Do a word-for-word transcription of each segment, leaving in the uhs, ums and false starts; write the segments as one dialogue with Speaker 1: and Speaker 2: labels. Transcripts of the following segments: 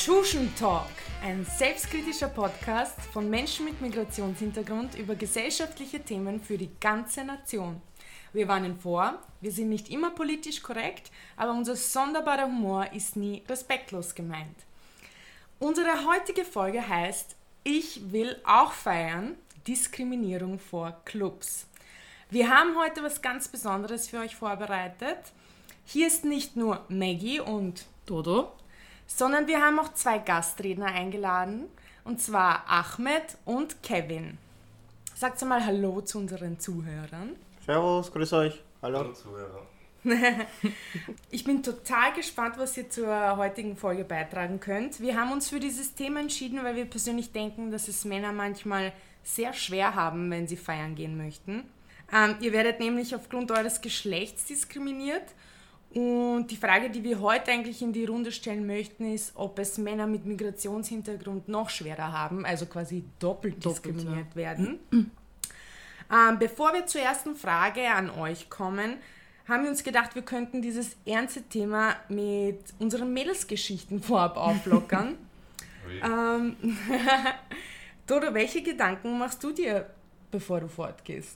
Speaker 1: Tschuschen Talk, ein selbstkritischer Podcast von Menschen mit Migrationshintergrund über gesellschaftliche Themen für die ganze Nation. Wir warnen vor, wir sind nicht immer politisch korrekt, aber unser sonderbarer Humor ist nie respektlos gemeint. Unsere heutige Folge heißt Ich will auch feiern, Diskriminierung vor Clubs. Wir haben heute was ganz Besonderes für euch vorbereitet. Hier ist nicht nur Maggie und
Speaker 2: Dodo,
Speaker 1: sondern wir haben auch zwei Gastredner eingeladen, und zwar Ahmed und Kevin. Sagt mal Hallo zu unseren Zuhörern.
Speaker 3: Servus, grüß euch. Hallo.
Speaker 4: Hallo Zuhörer.
Speaker 1: Ich bin total gespannt, was ihr zur heutigen Folge beitragen könnt. Wir haben uns für dieses Thema entschieden, weil wir persönlich denken, dass es Männer manchmal sehr schwer haben, wenn sie feiern gehen möchten. Ähm, ihr werdet nämlich aufgrund eures Geschlechts diskriminiert. Und die Frage, die wir heute eigentlich in die Runde stellen möchten, ist, ob es Männer mit Migrationshintergrund noch schwerer haben, also quasi doppelt, doppelt diskriminiert ja. werden. ähm, bevor wir zur ersten Frage an euch kommen, haben wir uns gedacht, wir könnten dieses ernste Thema mit unseren Mädelsgeschichten vorab auflockern. ähm, Dodo, welche Gedanken machst du dir, bevor du fortgehst?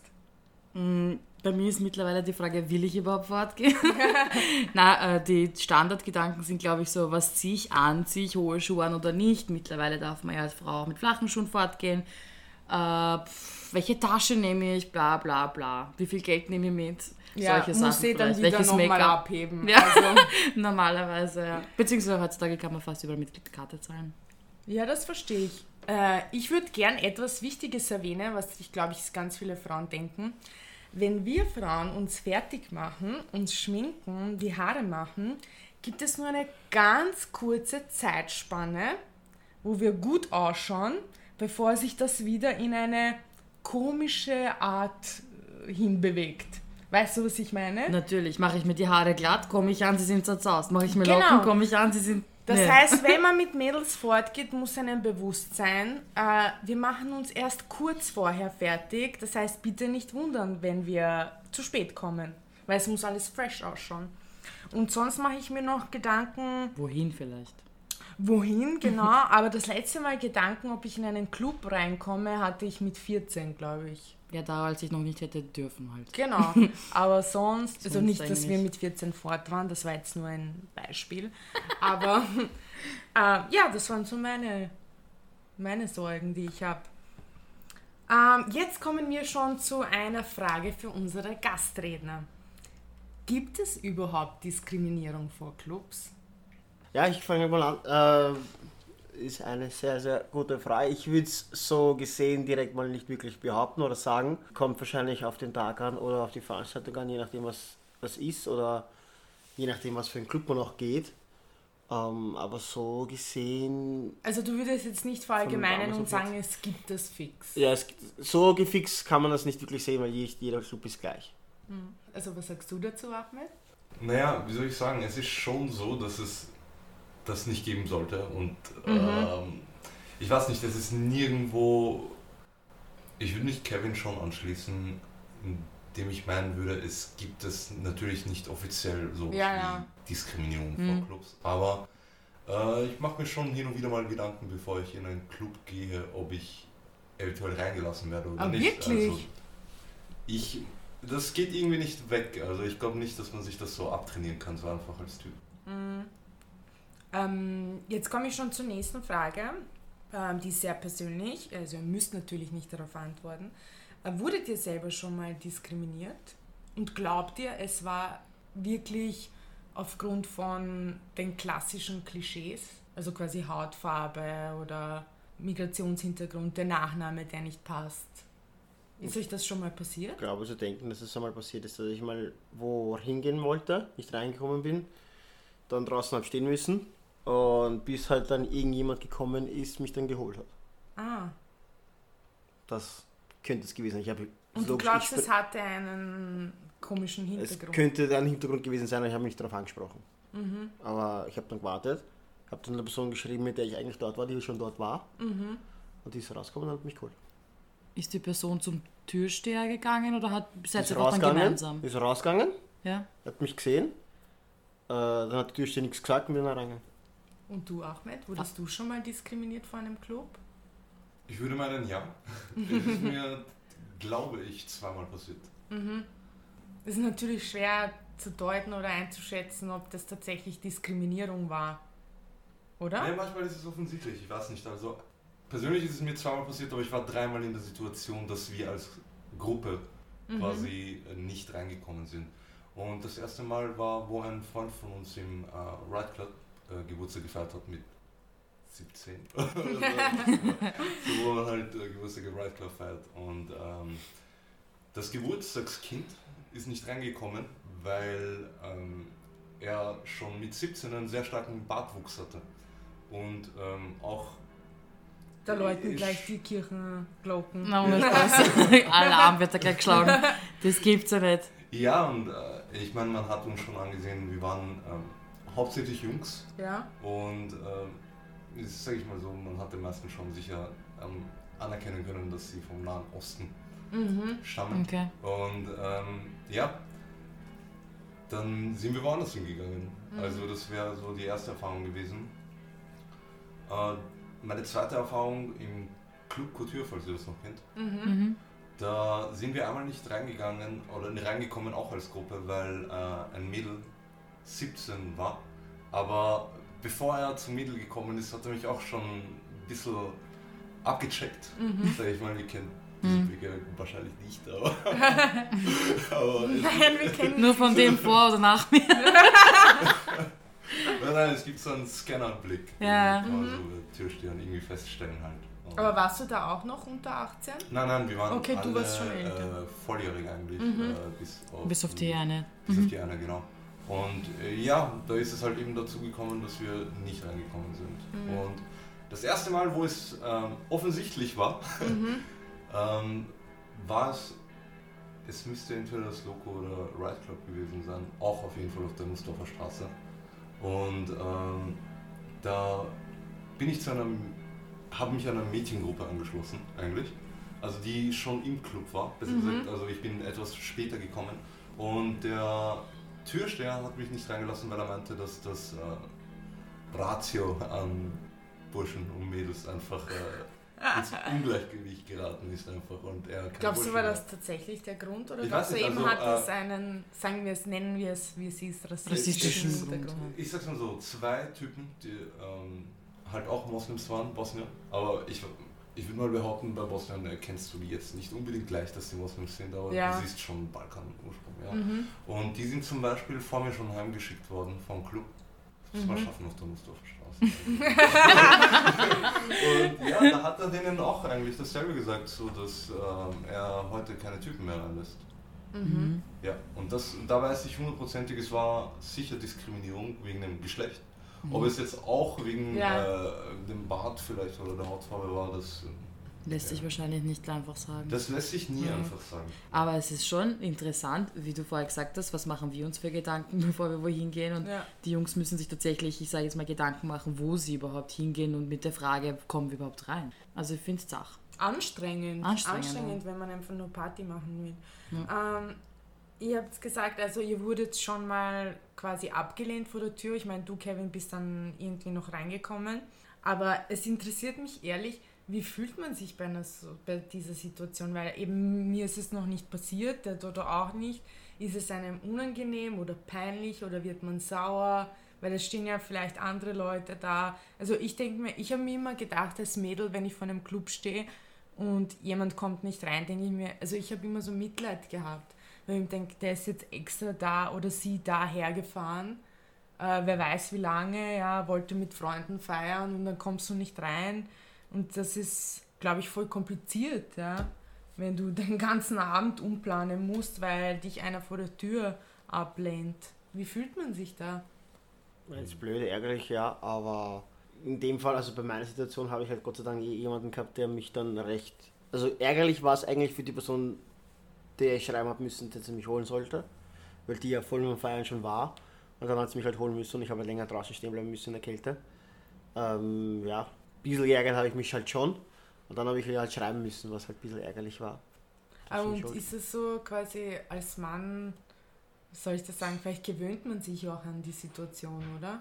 Speaker 2: Bei mir ist mittlerweile die Frage, will ich überhaupt fortgehen? Na, äh, die Standardgedanken sind, glaube ich, so, was ziehe ich an? Ziehe ich hohe Schuhe an oder nicht? Mittlerweile darf man ja als Frau auch mit flachen Schuhen fortgehen. Äh, pf, welche Tasche nehme ich? Bla bla bla. Wie viel Geld nehme ich mit?
Speaker 1: Ja,
Speaker 2: solche
Speaker 1: muss
Speaker 2: Sachen
Speaker 1: ich dann
Speaker 2: vielleicht.
Speaker 1: wieder nochmal abheben.
Speaker 2: Ja,
Speaker 1: also.
Speaker 2: Normalerweise, ja. Beziehungsweise heutzutage kann man fast überall mit Karte zahlen.
Speaker 1: Ja, das verstehe ich. Äh, ich würde gern etwas Wichtiges erwähnen, was ich glaube, ich ganz viele Frauen denken. Wenn wir Frauen uns fertig machen, uns schminken, die Haare machen, gibt es nur eine ganz kurze Zeitspanne, wo wir gut ausschauen, bevor sich das wieder in eine komische Art hinbewegt. Weißt du, was ich meine?
Speaker 2: Natürlich. Mache ich mir die Haare glatt, komme ich an, sie sind zerzaust. Mache ich mir
Speaker 1: Genau.
Speaker 2: Locken, komme ich an, sie sind...
Speaker 1: Das
Speaker 2: nee.
Speaker 1: heißt, wenn man mit Mädels fortgeht, muss einem bewusst sein, äh, wir machen uns erst kurz vorher fertig. Das heißt, bitte nicht wundern, wenn wir zu spät kommen, weil es muss alles fresh ausschauen. Und sonst mache ich mir noch Gedanken...
Speaker 2: Wohin vielleicht?
Speaker 1: Wohin, genau. Aber das letzte Mal Gedanken, ob ich in einen Club reinkomme, hatte ich mit vierzehn, glaube ich.
Speaker 2: Ja, da, als ich noch nicht hätte dürfen halt.
Speaker 1: Genau, aber sonst,
Speaker 2: sonst
Speaker 1: also nicht, dass
Speaker 2: eigentlich.
Speaker 1: wir mit vierzehn fort waren, das war jetzt nur ein Beispiel, aber äh, ja, das waren so meine, meine Sorgen, die ich habe. Ähm, jetzt kommen wir schon zu einer Frage für unsere Gastredner. Gibt es überhaupt Diskriminierung vor Clubs?
Speaker 3: Ja, ich fange mal an. Äh, ist eine sehr, sehr gute Frage. Ich würde es so gesehen direkt mal nicht wirklich behaupten oder sagen. Kommt wahrscheinlich auf den Tag an oder auf die Veranstaltung an, je nachdem, was was ist oder je nachdem, was für ein Club man auch geht. Ähm, aber so gesehen...
Speaker 1: Also du würdest jetzt nicht verallgemeinern und sagen, es gibt das fix.
Speaker 3: Ja, es, so gefixt kann man das nicht wirklich sehen, weil jeder Club ist gleich.
Speaker 1: Also was sagst du dazu, Ahmed?
Speaker 4: Naja, wie soll ich sagen, es ist schon so, dass es das nicht geben sollte und
Speaker 1: Mhm.
Speaker 4: ähm, ich weiß nicht, das ist nirgendwo, ich würde nicht Kevin schon anschließen, indem ich meinen würde, es gibt es natürlich nicht offiziell so
Speaker 1: Ja,
Speaker 4: wie
Speaker 1: ja.
Speaker 4: Diskriminierung
Speaker 2: Mhm.
Speaker 4: vor Clubs, aber äh, ich mache mir schon hin und wieder mal Gedanken, bevor ich in einen Club gehe, ob ich eventuell reingelassen werde oder
Speaker 1: Ah,
Speaker 4: nicht.
Speaker 1: wirklich?
Speaker 4: Also, ich, das geht irgendwie nicht weg, also ich glaube nicht, dass man sich das so abtrainieren kann, so einfach als Typ.
Speaker 1: Mhm. Ähm, jetzt komme ich schon zur nächsten Frage, ähm, die ist sehr persönlich, also ihr müsst natürlich nicht darauf antworten. Äh, wurdet ihr selber schon mal diskriminiert? Und glaubt ihr, es war wirklich aufgrund von den klassischen Klischees, also quasi Hautfarbe oder Migrationshintergrund, der Nachname, der nicht passt? Ist euch das schon mal passiert?
Speaker 3: Ich glaube, so denken, dass es einmal passiert ist, dass ich mal wo hingehen wollte, nicht reingekommen bin, dann draußen habe stehen müssen und bis halt dann irgendjemand gekommen ist, mich dann geholt hat.
Speaker 1: Ah,
Speaker 3: Das könnte es gewesen sein. Ich habe
Speaker 1: und du glaubst, es hatte einen komischen
Speaker 3: Es
Speaker 1: Hintergrund?
Speaker 3: könnte ein Hintergrund gewesen sein, aber ich habe mich darauf angesprochen.
Speaker 1: Mhm.
Speaker 3: Aber ich habe dann gewartet, habe dann eine Person geschrieben, mit der ich eigentlich dort war, die schon dort war.
Speaker 1: Mhm.
Speaker 3: Und die ist rausgekommen und hat mich geholt.
Speaker 2: Ist die Person zum Türsteher gegangen oder hat seid
Speaker 3: Ist
Speaker 2: ihr einfach dann
Speaker 3: rausgegangen,
Speaker 2: gemeinsam?
Speaker 3: ist rausgegangen,
Speaker 2: Ja.
Speaker 3: hat mich gesehen, äh, dann hat die Türsteher nichts gesagt und bin dann reingegangen.
Speaker 1: Und du, Ahmed, wurdest du schon mal diskriminiert vor einem Club?
Speaker 4: Ich würde meinen, ja. Das ist mir, glaube ich, zweimal passiert.
Speaker 1: Mhm. Es ist natürlich schwer zu deuten oder einzuschätzen, ob das tatsächlich Diskriminierung war. Oder?
Speaker 4: Ja, manchmal ist es offensichtlich, ich weiß nicht. Also persönlich ist es mir zweimal passiert, aber ich war dreimal in der Situation, dass wir als Gruppe mhm. quasi nicht reingekommen sind. Und das erste Mal war, wo ein Freund von uns im äh, Ride Club äh, Geburtstag gefeiert hat mit siebzehn. also, so, wo man halt äh, Geburtstag im Ride Club feiert. Und ähm, das Geburtstagskind ist nicht reingekommen, weil ähm, er schon mit siebzehn einen sehr starken Bartwuchs hatte. Und ähm, auch...
Speaker 1: Da läuten gleich die Kirchenglocken.
Speaker 2: Na, ohne Spaß. Alarm wird da gleich geschlagen. Das gibt's ja nicht.
Speaker 4: Ja, und äh, ich meine, man hat uns schon angesehen, wir waren ähm, hauptsächlich Jungs.
Speaker 1: Ja.
Speaker 4: Und äh, sage ich mal so, man hat den meisten schon sicher ähm, anerkennen können, dass sie vom Nahen Osten mhm. stammen.
Speaker 2: Okay.
Speaker 4: Und ähm, ja, dann sind wir woanders hingegangen. Mhm. Also das wäre so die erste Erfahrung gewesen. Äh, meine zweite Erfahrung im Club Couture, falls ihr das noch kennt.
Speaker 2: Mhm.
Speaker 4: Da sind wir einmal nicht reingegangen oder nicht reingekommen, auch als Gruppe, weil äh, ein Mädel siebzehn war. Aber bevor er zum Mädel gekommen ist, hat er mich auch schon ein bisschen abgecheckt. Mhm. Sag ich mal, wir kennen diese Blicke wahrscheinlich nicht, aber... aber
Speaker 1: nein, wir kennen
Speaker 2: nur von dem vor oder nach mir.
Speaker 4: Nein, nein, es gibt so einen Scannerblick,
Speaker 2: ja.
Speaker 4: den man so Türstehern irgendwie feststellen halt. Und
Speaker 1: aber warst du da auch noch unter achtzehn?
Speaker 4: Nein, nein, wir waren
Speaker 1: okay,
Speaker 4: alle
Speaker 1: du warst schon älter.
Speaker 4: Äh, volljährig eigentlich.
Speaker 1: Mhm.
Speaker 4: Äh, bis, auf,
Speaker 2: bis auf die eine.
Speaker 4: Bis
Speaker 2: mhm.
Speaker 4: auf die eine, genau. Und äh, ja, da ist es halt eben dazu gekommen, dass wir nicht reingekommen sind. Mhm. Und das erste Mal, wo es ähm, offensichtlich war, mhm. ähm, war es, es müsste entweder das Loco oder Ride Club gewesen sein, auch auf jeden Fall auf der Nussdorfer Straße. Und ähm, da bin ich zu einer, habe mich einer Mädchengruppe angeschlossen eigentlich, also die schon im Club war, besser mhm. gesagt, also ich bin etwas später gekommen und der Türsteher hat mich nicht reingelassen, weil er meinte, dass das äh, Ratio an Burschen und Mädels einfach äh, ins Ungleichgewicht geraten ist einfach und er kein
Speaker 1: Glaubst
Speaker 4: Burschen
Speaker 1: du, war
Speaker 4: war.
Speaker 1: das tatsächlich der Grund oder
Speaker 4: ich
Speaker 1: glaubst du
Speaker 4: nicht,
Speaker 1: eben
Speaker 4: also,
Speaker 1: hat
Speaker 4: äh,
Speaker 1: es einen, sagen wir es, nennen wir es, wie es ist,
Speaker 2: rassistischen
Speaker 1: Hintergrund?
Speaker 4: Ich sag's mal so, zwei Typen, die ähm, halt auch Moslems waren, Bosnier, aber ich, ich würde mal behaupten, bei Bosnien erkennst du die jetzt nicht unbedingt gleich, dass die Moslems sind, aber
Speaker 1: ja.
Speaker 4: du siehst schon Balkan-Ursprung. Ja.
Speaker 1: Mhm.
Speaker 4: Und die sind zum Beispiel vor mir schon heimgeschickt worden vom Club. Das muss man
Speaker 1: Mhm.
Speaker 4: schaffen auf der Nussdorfer Straße. Und ja, da hat er denen auch eigentlich dasselbe gesagt, so dass ähm, er heute keine Typen mehr reinlässt.
Speaker 1: Mhm.
Speaker 4: Ja, und das, da weiß ich hundertprozentig, es war sicher Diskriminierung wegen dem Geschlecht. Mhm. Ob es jetzt auch wegen
Speaker 1: ja.
Speaker 4: äh, dem Bart vielleicht oder der Hautfarbe war, das
Speaker 2: lässt
Speaker 4: ja.
Speaker 2: sich wahrscheinlich nicht einfach sagen.
Speaker 4: Das lässt sich nie
Speaker 2: ja.
Speaker 4: einfach sagen.
Speaker 2: Aber es ist schon interessant, wie du vorher gesagt hast, was machen wir uns für Gedanken, bevor wir wohin gehen. Und
Speaker 1: ja.
Speaker 2: die Jungs müssen sich tatsächlich, ich sage jetzt mal, Gedanken machen, wo sie überhaupt hingehen und mit der Frage, kommen wir überhaupt rein? Also ich finde es Sach.
Speaker 1: Anstrengend.
Speaker 2: Anstrengend,
Speaker 1: Anstrengend
Speaker 2: ja.
Speaker 1: wenn man einfach nur Party machen will.
Speaker 2: Ja.
Speaker 1: Ähm, ihr habt gesagt, also ihr wurdet schon mal quasi abgelehnt vor der Tür. Ich meine, du, Kevin, bist dann irgendwie noch reingekommen. Aber es interessiert mich ehrlich, wie fühlt man sich bei, einer, bei dieser Situation? Weil eben mir ist es noch nicht passiert, der Dodo auch nicht. Ist es einem unangenehm oder peinlich oder wird man sauer? Weil es stehen ja vielleicht andere Leute da. Also ich denke mir, ich habe mir immer gedacht als Mädel, wenn ich vor einem Club stehe und jemand kommt nicht rein, denke ich mir, also ich habe immer so Mitleid gehabt. Weil ich denke, der ist jetzt extra da oder sie daher gefahren. Äh, wer weiß wie lange, ja, wollte mit Freunden feiern und dann kommst du nicht rein. Und das ist, glaube ich, voll kompliziert, ja, wenn du den ganzen Abend umplanen musst, weil dich einer vor der Tür ablehnt. Wie fühlt man sich da?
Speaker 3: Das ist blöd, ärgerlich, ja, aber in dem Fall, also bei meiner Situation, habe ich halt Gott sei Dank eh jemanden gehabt, der mich dann recht... Also ärgerlich war es eigentlich für die Person, der ich schreiben habe müssen, dass sie mich holen sollte, weil die ja voll beim Feiern schon war. Und dann hat sie mich halt holen müssen und ich habe halt länger draußen stehen bleiben müssen in der Kälte. Ähm, ja. Ein bisschen geärgert habe ich mich halt schon und dann habe ich halt schreiben müssen, was halt ein bisschen ärgerlich war.
Speaker 1: Und ist es so quasi als Mann, soll ich das sagen, vielleicht gewöhnt man sich auch an die Situation, oder?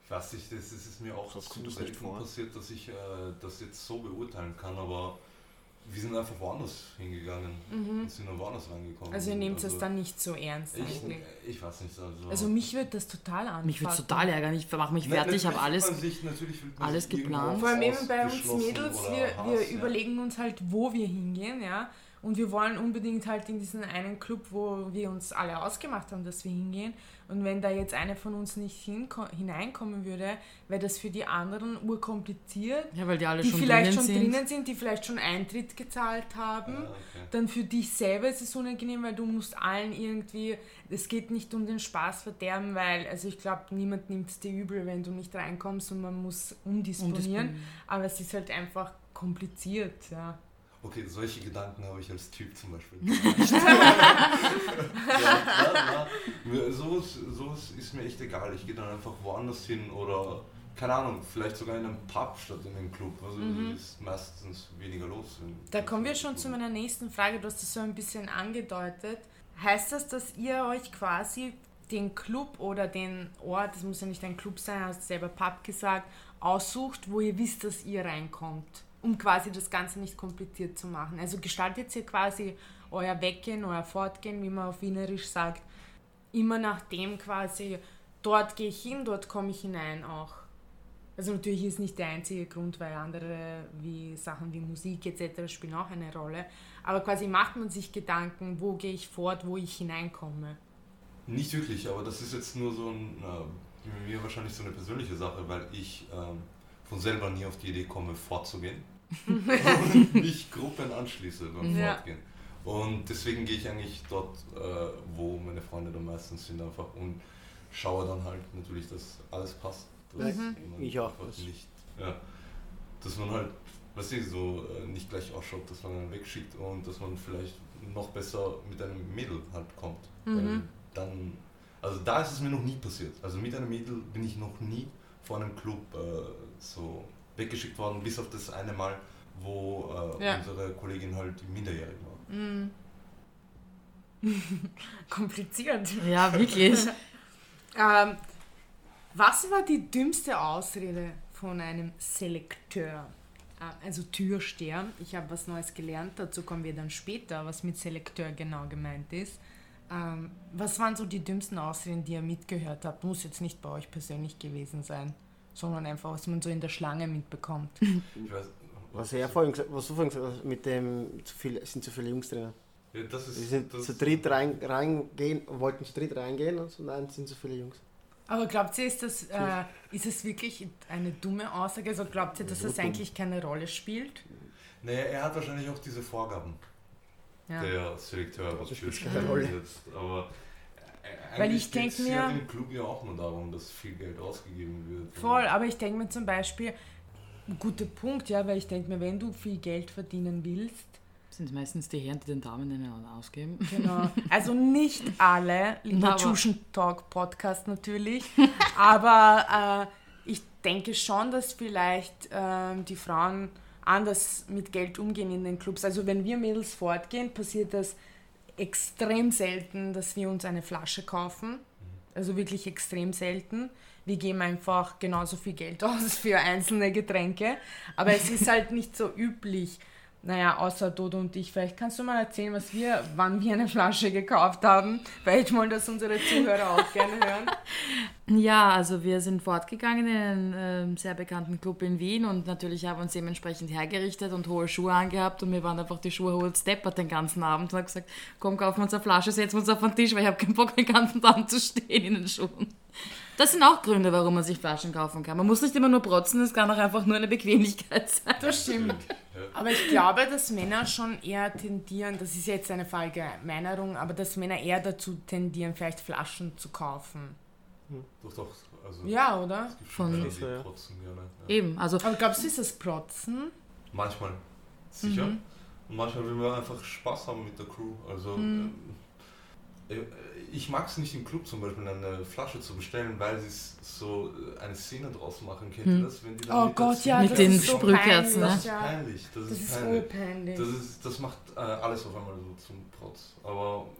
Speaker 4: Ich weiß nicht, das ist, ist mir auch
Speaker 3: Das
Speaker 4: zu
Speaker 3: kommt uns nicht
Speaker 4: selten
Speaker 3: vor.
Speaker 4: passiert, dass ich äh, das jetzt so beurteilen kann, aber wir sind einfach woanders hingegangen
Speaker 1: Mhm.
Speaker 4: und sind dann woanders reingekommen.
Speaker 1: Also ihr nehmt es
Speaker 4: Also
Speaker 1: dann nicht so ernst
Speaker 4: ich,
Speaker 1: eigentlich.
Speaker 4: ich weiß nicht, also...
Speaker 1: Also mich würde das total anfangen.
Speaker 2: Mich würde es total ärgern. Ich mache mich
Speaker 4: Ne-
Speaker 2: fertig, ich habe
Speaker 4: natürlich
Speaker 2: alles.
Speaker 4: fühlt man sich- natürlich fühlt man
Speaker 2: alles
Speaker 4: sich irgendwo
Speaker 2: geplant.
Speaker 1: Vor allem eben bei uns
Speaker 4: ausgeschlossen
Speaker 1: Mädels,
Speaker 4: oder
Speaker 1: wir, wir
Speaker 4: Hass, ja.
Speaker 1: überlegen uns halt, wo wir hingehen, ja. Und wir wollen unbedingt halt in diesen einen Club, wo wir uns alle ausgemacht haben, dass wir hingehen. Und wenn da jetzt eine von uns nicht hinko- hineinkommen würde, wäre das für die anderen urkompliziert,
Speaker 2: Ja, weil die alle
Speaker 1: die
Speaker 2: schon
Speaker 1: vielleicht
Speaker 2: drinnen
Speaker 1: schon
Speaker 2: sind.
Speaker 1: drinnen sind, die vielleicht schon Eintritt gezahlt haben.
Speaker 4: Ah, okay.
Speaker 1: Dann für dich selber ist es unangenehm, weil du musst allen irgendwie, es geht nicht um den Spaß verderben, weil, also ich glaube, niemand nimmt es dir übel, wenn du nicht reinkommst und man muss umdisponieren,
Speaker 2: Umdisponieren.
Speaker 1: aber es ist halt einfach kompliziert, ja.
Speaker 4: Okay, solche Gedanken habe ich als Typ zum Beispiel nicht. ja, na, na, sowas, sowas ist mir echt egal. Ich gehe dann einfach woanders hin oder, keine Ahnung, vielleicht sogar in einem Pub statt in einem Club. Also
Speaker 1: Mhm.
Speaker 4: ist meistens weniger los. wenn-
Speaker 1: Da kommen wir schon zu meiner nächsten Frage, du hast das so ein bisschen angedeutet. Heißt das, dass ihr euch quasi den Club oder den Ort, das muss ja nicht ein Club sein, hast selber Pub gesagt, aussucht, wo ihr wisst, dass ihr reinkommt, um quasi das Ganze nicht kompliziert zu machen? Also gestaltet ihr quasi euer Weggehen, euer Fortgehen, wie man auf Wienerisch sagt, immer nach dem quasi, dort gehe ich hin, dort komme ich hinein auch. Also natürlich ist nicht der einzige Grund, weil andere wie Sachen wie Musik et cetera spielen auch eine Rolle. Aber quasi macht man sich Gedanken, wo gehe ich fort, wo ich hineinkomme.
Speaker 4: Nicht wirklich, aber das ist jetzt nur so ein, äh, bei mir wahrscheinlich so eine persönliche Sache, weil ich ähm, von selber nie auf die Idee komme, fortzugehen und mich Gruppen anschließe beim
Speaker 1: Ja.
Speaker 4: Fortgehen. Und deswegen gehe ich eigentlich dort, äh, wo meine Freunde dann meistens sind, einfach und schaue dann halt natürlich, dass alles passt. Dass
Speaker 1: Mhm.
Speaker 4: man
Speaker 3: Ich auch.
Speaker 4: einfach nicht, ja, dass man halt, was ich so äh, nicht gleich ausschaut, dass man dann wegschickt und dass man vielleicht noch besser mit einem Mädel halt kommt.
Speaker 1: Mhm.
Speaker 4: Weil dann, also da ist es mir noch nie passiert. Also mit einem Mädel bin ich noch nie vor einem Club äh, so weggeschickt worden, bis auf das eine Mal, wo äh,
Speaker 1: Ja.
Speaker 4: unsere Kollegin halt minderjährig war.
Speaker 1: Mm. Kompliziert.
Speaker 2: Ja, wirklich.
Speaker 1: Ähm, was war die dümmste Ausrede von einem Selekteur? Äh, Also Türsteher. Ich habe was Neues gelernt, dazu kommen wir dann später, was mit Selekteur genau gemeint ist. Ähm, was waren so die dümmsten Ausreden, die ihr mitgehört habt? Muss jetzt nicht bei euch persönlich gewesen sein, sondern einfach, was man so in der Schlange mitbekommt.
Speaker 4: Ich weiß,
Speaker 3: Was, er vorhin, gesagt- was du vorhin gesagt hast, mit dem, zu viel, es sind zu viele Jungs drin.
Speaker 4: ja, das ist,
Speaker 3: Sie sind
Speaker 4: das
Speaker 3: zu dritt rein, reingehen, wollten zu dritt reingehen und so, nein, es sind zu viele Jungs.
Speaker 1: Aber glaubt ihr, ist, das, äh, ist es wirklich eine dumme Aussage? Also glaubt ihr, dass
Speaker 3: So
Speaker 1: das
Speaker 3: dumm.
Speaker 1: eigentlich keine Rolle spielt?
Speaker 4: Naja, er hat wahrscheinlich auch diese Vorgaben,
Speaker 1: Ja.
Speaker 4: der Selekteur, was
Speaker 3: Das spielt
Speaker 4: Türsteher
Speaker 3: keine Rolle.
Speaker 4: angesetzt. Aber äh,
Speaker 1: Weil
Speaker 4: eigentlich
Speaker 1: ich denk
Speaker 4: geht's
Speaker 1: mir-
Speaker 4: ja im Club ja auch nur darum, dass viel Geld ausgegeben wird.
Speaker 1: Voll, aber ich denke mir zum Beispiel, ein guter Punkt, ja, weil ich denke mir, wenn du viel Geld verdienen willst,
Speaker 2: Sind meistens die Herren, die den Damen einen ausgeben.
Speaker 1: genau, also nicht alle, lieber
Speaker 2: Aber-
Speaker 1: Tschuschen Talk Podcast natürlich, aber äh, ich denke schon, dass vielleicht ähm, die Frauen anders mit Geld umgehen in den Clubs. Also wenn wir Mädels fortgehen, passiert das extrem selten, dass wir uns eine Flasche kaufen. Also wirklich extrem selten. Wir geben einfach genauso viel Geld aus für einzelne Getränke. Aber es ist halt nicht so üblich. Naja, außer Dodo und ich. Vielleicht kannst du mal erzählen, was wir, wann wir eine Flasche gekauft haben. Weil ich mal, dass unsere Zuhörer auch gerne hören.
Speaker 2: Ja, also wir sind fortgegangen in einen ähm, sehr bekannten Club in Wien und natürlich haben wir uns dementsprechend hergerichtet und hohe Schuhe angehabt und wir waren einfach die Schuhe holt steppert den ganzen Abend und haben gesagt, komm, kaufen wir uns eine Flasche, setzen wir uns auf den Tisch, weil ich habe keinen Bock, den ganzen Tag zu stehen in den Schuhen. Das sind auch Gründe, warum man sich Flaschen kaufen kann. Man muss nicht immer nur protzen, es kann auch einfach nur eine Bequemlichkeit sein.
Speaker 1: Das stimmt. Aber ich glaube, dass Männer schon eher tendieren, das ist jetzt eine Verallgemeinerung, aber dass Männer eher dazu tendieren, vielleicht Flaschen zu kaufen.
Speaker 4: Doch, doch. Also
Speaker 1: Ja, oder?
Speaker 4: es gibt schon
Speaker 2: Von-
Speaker 4: Männer,
Speaker 3: So, ja.
Speaker 4: die protzen gerne. Ja.
Speaker 2: Eben, also
Speaker 1: Aber glaubst du, ist das Protzen?
Speaker 4: Manchmal, sicher.
Speaker 1: Mhm.
Speaker 4: Und manchmal will man einfach Spaß haben mit der Crew. Also
Speaker 1: Mhm.
Speaker 4: ähm, äh, ich mag es nicht im Club zum Beispiel eine Flasche zu bestellen, weil sie so äh, eine Szene draus machen. Kennt ihr
Speaker 2: Mhm.
Speaker 4: das? Wenn die dann
Speaker 1: Oh
Speaker 4: mit der
Speaker 1: Gott,
Speaker 4: Szene-
Speaker 1: ja,
Speaker 2: Mit
Speaker 1: das
Speaker 2: den
Speaker 1: ist so
Speaker 2: Sprühkerzen,
Speaker 1: peinlich,
Speaker 4: Das ist
Speaker 1: ja.
Speaker 4: peinlich. Das,
Speaker 1: Das
Speaker 4: ist
Speaker 1: ist
Speaker 4: peinlich.
Speaker 1: urpeinlich.
Speaker 4: Das, ist, das macht äh, alles auf einmal so zum Trotz. Aber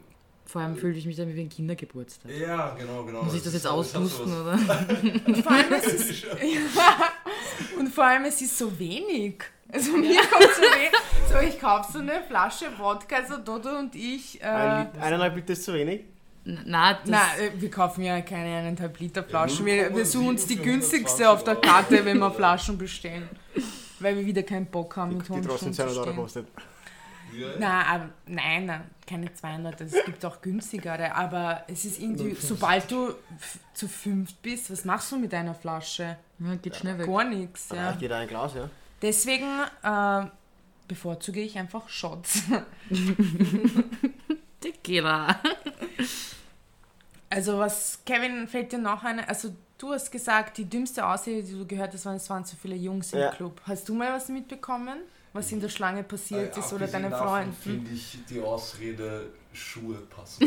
Speaker 2: Vor allem fühle ich mich dann wie ein Kindergeburtstag.
Speaker 4: Ja, genau, genau.
Speaker 2: Muss ich das jetzt auspusten, oder?
Speaker 1: Und vor allem, es ist, ja, und vor allem, es ist so wenig. Also mir kommt so wenig. So, ich kaufe so eine Flasche Wodka, also Dodo und ich. Äh,
Speaker 3: Ein, eineinhalb Liter ist zu wenig?
Speaker 2: Nein,
Speaker 1: Nein, wir kaufen ja keine eineinhalb Liter Flaschen. Wir, wir suchen uns die günstigste auf der Karte, wenn wir Flaschen bestellen. Weil wir wieder keinen Bock haben, mit
Speaker 3: Die
Speaker 1: Honigschwund
Speaker 3: trotzdem
Speaker 1: zu
Speaker 3: zweihundert Euro
Speaker 1: stehen.
Speaker 3: kostet.
Speaker 4: Ja.
Speaker 1: Nein, aber, nein, nein, keine zweihundert, es gibt auch günstigere, aber es ist irgendwie, sobald du f- zu fünft bist, was machst du mit einer Flasche?
Speaker 2: Ja, geht schnell weg.
Speaker 1: Gar nichts,
Speaker 3: Da
Speaker 1: ja.
Speaker 3: reicht jeder ein Glas, ja.
Speaker 1: Deswegen äh, bevorzuge ich einfach Shots.
Speaker 2: Tequila.
Speaker 1: Also was, Kevin, fällt dir noch eine, also du hast gesagt, die dümmste Ausrede, die du gehört hast, waren, es waren zu viele Jungs im
Speaker 3: Ja.
Speaker 1: Club. Hast du mal was mitbekommen, was in der Schlange passiert
Speaker 4: Äh,
Speaker 1: ist oder
Speaker 4: abgesehen
Speaker 1: deine
Speaker 4: davon
Speaker 1: Freunde?
Speaker 4: finde ich die Ausrede, Schuhe passen.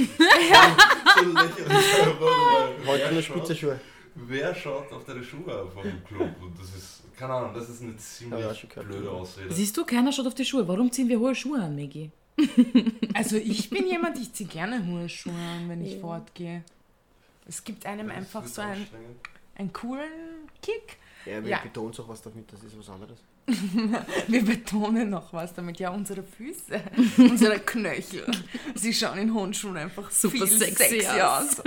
Speaker 4: So lächerlich.
Speaker 3: Heute
Speaker 4: Wer
Speaker 3: eine
Speaker 4: schaut-
Speaker 3: Spitzenschuhe.
Speaker 4: Wer schaut auf deine Schuhe auf im Club? Und das ist, keine Ahnung, das ist eine
Speaker 3: Ja,
Speaker 4: ziemlich
Speaker 3: ja, schon gehört.
Speaker 4: blöde Ausrede.
Speaker 2: Siehst du, keiner schaut auf die Schuhe. Warum ziehen wir hohe Schuhe an, Maggie?
Speaker 1: Also ich bin jemand, ich ziehe gerne hohe Schuhe an, wenn ich fortgehe. Es gibt einem
Speaker 4: Das
Speaker 1: einfach
Speaker 4: ist
Speaker 1: so einen,
Speaker 4: anstrengend.
Speaker 1: einen coolen Kick.
Speaker 3: Ja, wir
Speaker 1: Ja.
Speaker 3: betonen auch was damit, das ist was anderes.
Speaker 1: Wir betonen noch was damit. Ja, unsere Füße, unsere Knöchel, sie schauen in hohen Schuhen einfach
Speaker 2: Super
Speaker 1: viel
Speaker 2: sexy
Speaker 1: sexy, aus.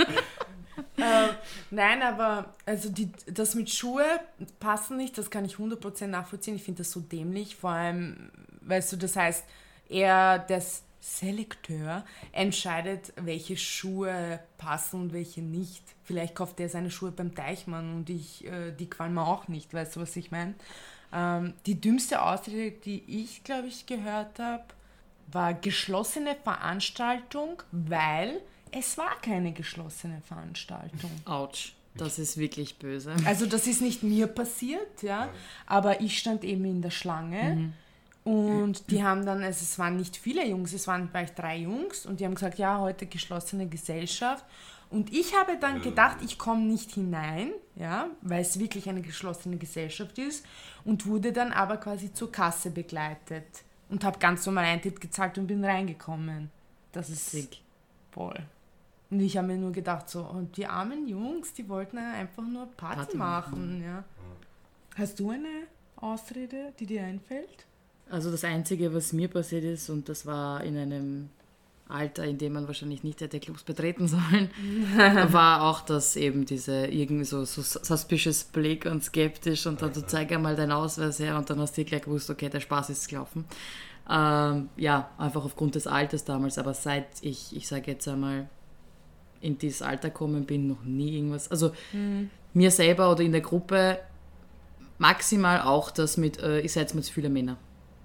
Speaker 1: äh, nein, aber also die, das mit Schuhe passen nicht, das kann ich hundert Prozent nachvollziehen. Ich finde das so dämlich, vor allem, weißt du, das heißt, er, das Selekteur, entscheidet, welche Schuhe passen und welche nicht. Vielleicht kauft er seine Schuhe beim Deichmann und ich, äh, die gefallen mir auch nicht, weißt du, was ich meine? Ähm, die dümmste Ausrede, die ich, glaube ich, gehört habe, war geschlossene Veranstaltung, weil es war keine geschlossene Veranstaltung.
Speaker 2: Autsch. Das ist wirklich böse.
Speaker 1: Also das ist nicht mir passiert, ja, aber ich stand eben in der Schlange und die haben dann, also es waren nicht viele Jungs, es waren vielleicht drei Jungs und die haben gesagt, ja, heute geschlossene Gesellschaft. Und ich habe dann gedacht, ich komme nicht hinein, ja, weil es wirklich eine geschlossene Gesellschaft ist und wurde dann aber quasi zur Kasse begleitet und habe ganz normal Eintritt gezahlt und bin reingekommen. Das ist
Speaker 2: Sick.
Speaker 1: voll. Und ich habe mir nur gedacht, so, und die armen Jungs, die wollten einfach nur Party,
Speaker 2: Party
Speaker 1: machen, ja. Hast du eine Ausrede, die dir einfällt?
Speaker 2: Also das Einzige, was mir passiert ist, und das war in einem Alter, in dem man wahrscheinlich nicht hätte Clubs betreten sollen, war auch, dass eben diese irgendwie so, so suspicious Blick und skeptisch und dann du zeig einmal deinen Ausweis her und dann hast du gleich gewusst, okay, der Spaß ist gelaufen. Ähm, ja, einfach aufgrund des Alters damals, aber seit ich, ich sage jetzt einmal, in dieses Alter gekommen bin, noch nie irgendwas, also mir selber oder in der Gruppe maximal auch das mit, äh, ihr seid mir zu viele Männer.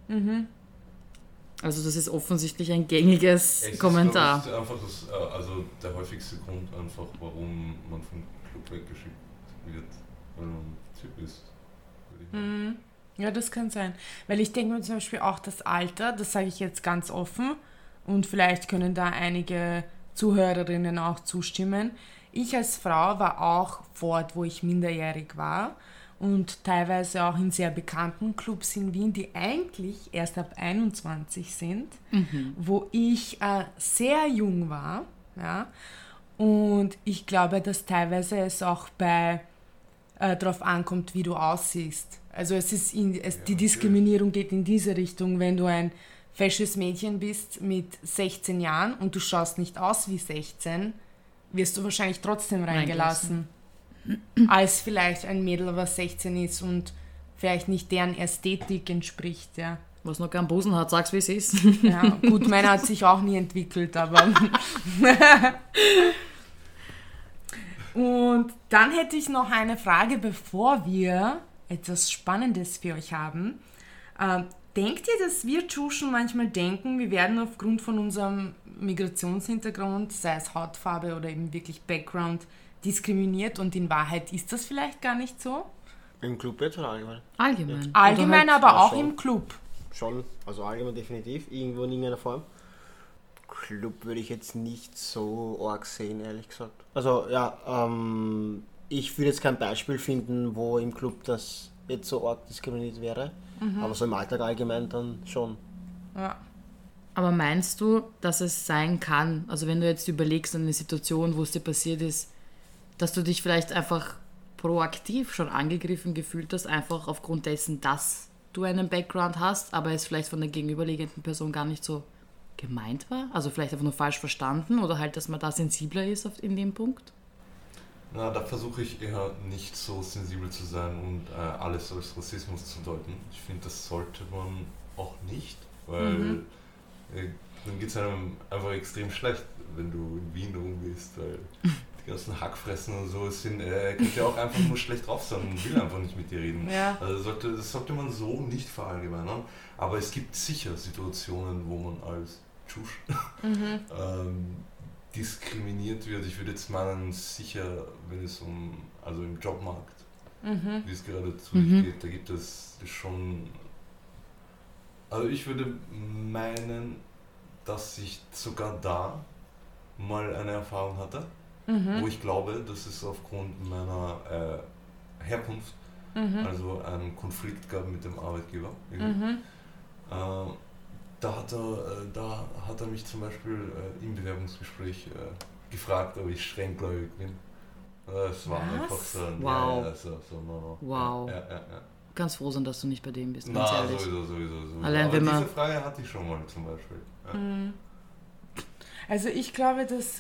Speaker 2: Also das ist offensichtlich ein gängiges
Speaker 4: Es ist,
Speaker 2: Kommentar.
Speaker 4: glaub ich, einfach das, äh, also der häufigste Grund einfach, warum man vom Club weggeschickt wird, weil man Typ ist. würde ich meinen.
Speaker 1: Ja, das kann sein. Weil ich denke mir zum Beispiel auch das Alter, das sage ich jetzt ganz offen und vielleicht können da einige Zuhörerinnen auch zustimmen. Ich als Frau war auch fort, wo ich minderjährig war und teilweise auch in sehr bekannten Clubs in Wien, die eigentlich erst ab einundzwanzig sind, wo ich äh, sehr jung war. Ja? Und ich glaube, dass teilweise es auch bei äh, darauf ankommt, wie du aussiehst. Also es ist in, es,
Speaker 4: Ja,
Speaker 1: die Diskriminierung geht in diese Richtung, wenn du ein fesches Mädchen bist mit sechzehn Jahren und du schaust nicht aus wie sechzehn, wirst du wahrscheinlich trotzdem reingelassen. Als vielleicht ein Mädel, was sechzehn ist und vielleicht nicht deren Ästhetik entspricht, ja.
Speaker 2: Was noch keinen Busen hat, sag's wie es ist.
Speaker 1: Ja, gut, meiner hat sich auch nie entwickelt, aber... Und dann hätte ich noch eine Frage, bevor wir etwas Spannendes für euch haben. Ähm, denkt ihr, dass wir Tschuschen manchmal denken, wir werden aufgrund von unserem Migrationshintergrund, sei es Hautfarbe oder eben wirklich Background, diskriminiert und in Wahrheit ist das vielleicht gar nicht so?
Speaker 3: Im Club jetzt oder allgemein?
Speaker 2: Allgemein.
Speaker 1: Allgemein,
Speaker 2: Oder halt,
Speaker 1: aber
Speaker 3: ja,
Speaker 1: auch
Speaker 3: schon.
Speaker 1: im Club.
Speaker 3: Schon, also allgemein definitiv, irgendwo in irgendeiner Form. Club würde ich jetzt nicht so arg sehen, ehrlich gesagt. Also ja, ähm, ich würde jetzt kein Beispiel finden, wo im Club das jetzt so arg diskriminiert wäre, aber so im Alltag allgemein dann schon.
Speaker 1: Ja.
Speaker 2: Aber meinst du, dass es sein kann, also wenn du jetzt überlegst an eine Situation, wo es dir passiert ist, dass du dich vielleicht einfach proaktiv schon angegriffen gefühlt hast, einfach aufgrund dessen, dass du einen Background hast, aber es vielleicht von der gegenüberliegenden Person gar nicht so gemeint war? Also vielleicht einfach nur falsch verstanden oder halt, dass man da sensibler ist auf, in dem Punkt?
Speaker 4: Na, da versuche ich eher nicht so sensibel zu sein und äh, alles als Rassismus zu deuten. Ich finde, das sollte man auch nicht, weil mhm. äh, dann geht es einem einfach extrem schlecht, wenn du in Wien rumgehst, weil die ganzen Hackfressen und so sind, äh, könnte ja auch einfach nur schlecht drauf sein und will einfach nicht mit dir reden. Ja. Also sollte, das sollte man so nicht verallgemeinern, aber es gibt sicher Situationen, wo man als Tschusch mhm. ähm, diskriminiert wird. Ich würde jetzt meinen, sicher, wenn es um, also im Jobmarkt, mhm. wie es gerade zu mhm. geht, da gibt es schon, also ich würde meinen, dass ich sogar da mal eine Erfahrung hatte, mhm. wo ich glaube, dass es aufgrund meiner äh, Herkunft, mhm. also einen Konflikt gab mit dem Arbeitgeber. Mhm. Äh, Da hat, er, da hat er mich zum Beispiel äh, im Bewerbungsgespräch äh, gefragt, ob ich strenggläubig bin. Es war
Speaker 2: Was?
Speaker 4: einfach so ein
Speaker 2: wow.
Speaker 4: Ja, ja, so, so, no, no.
Speaker 2: Wow.
Speaker 4: Ja, ja, ja.
Speaker 2: Ganz froh sein, dass du nicht bei dem bist.
Speaker 4: Na, sowieso, sowieso, sowieso.
Speaker 2: Allein,
Speaker 4: Aber
Speaker 2: wenn man
Speaker 4: diese Frage hatte ich schon mal zum Beispiel. Ja.
Speaker 1: Also ich glaube, dass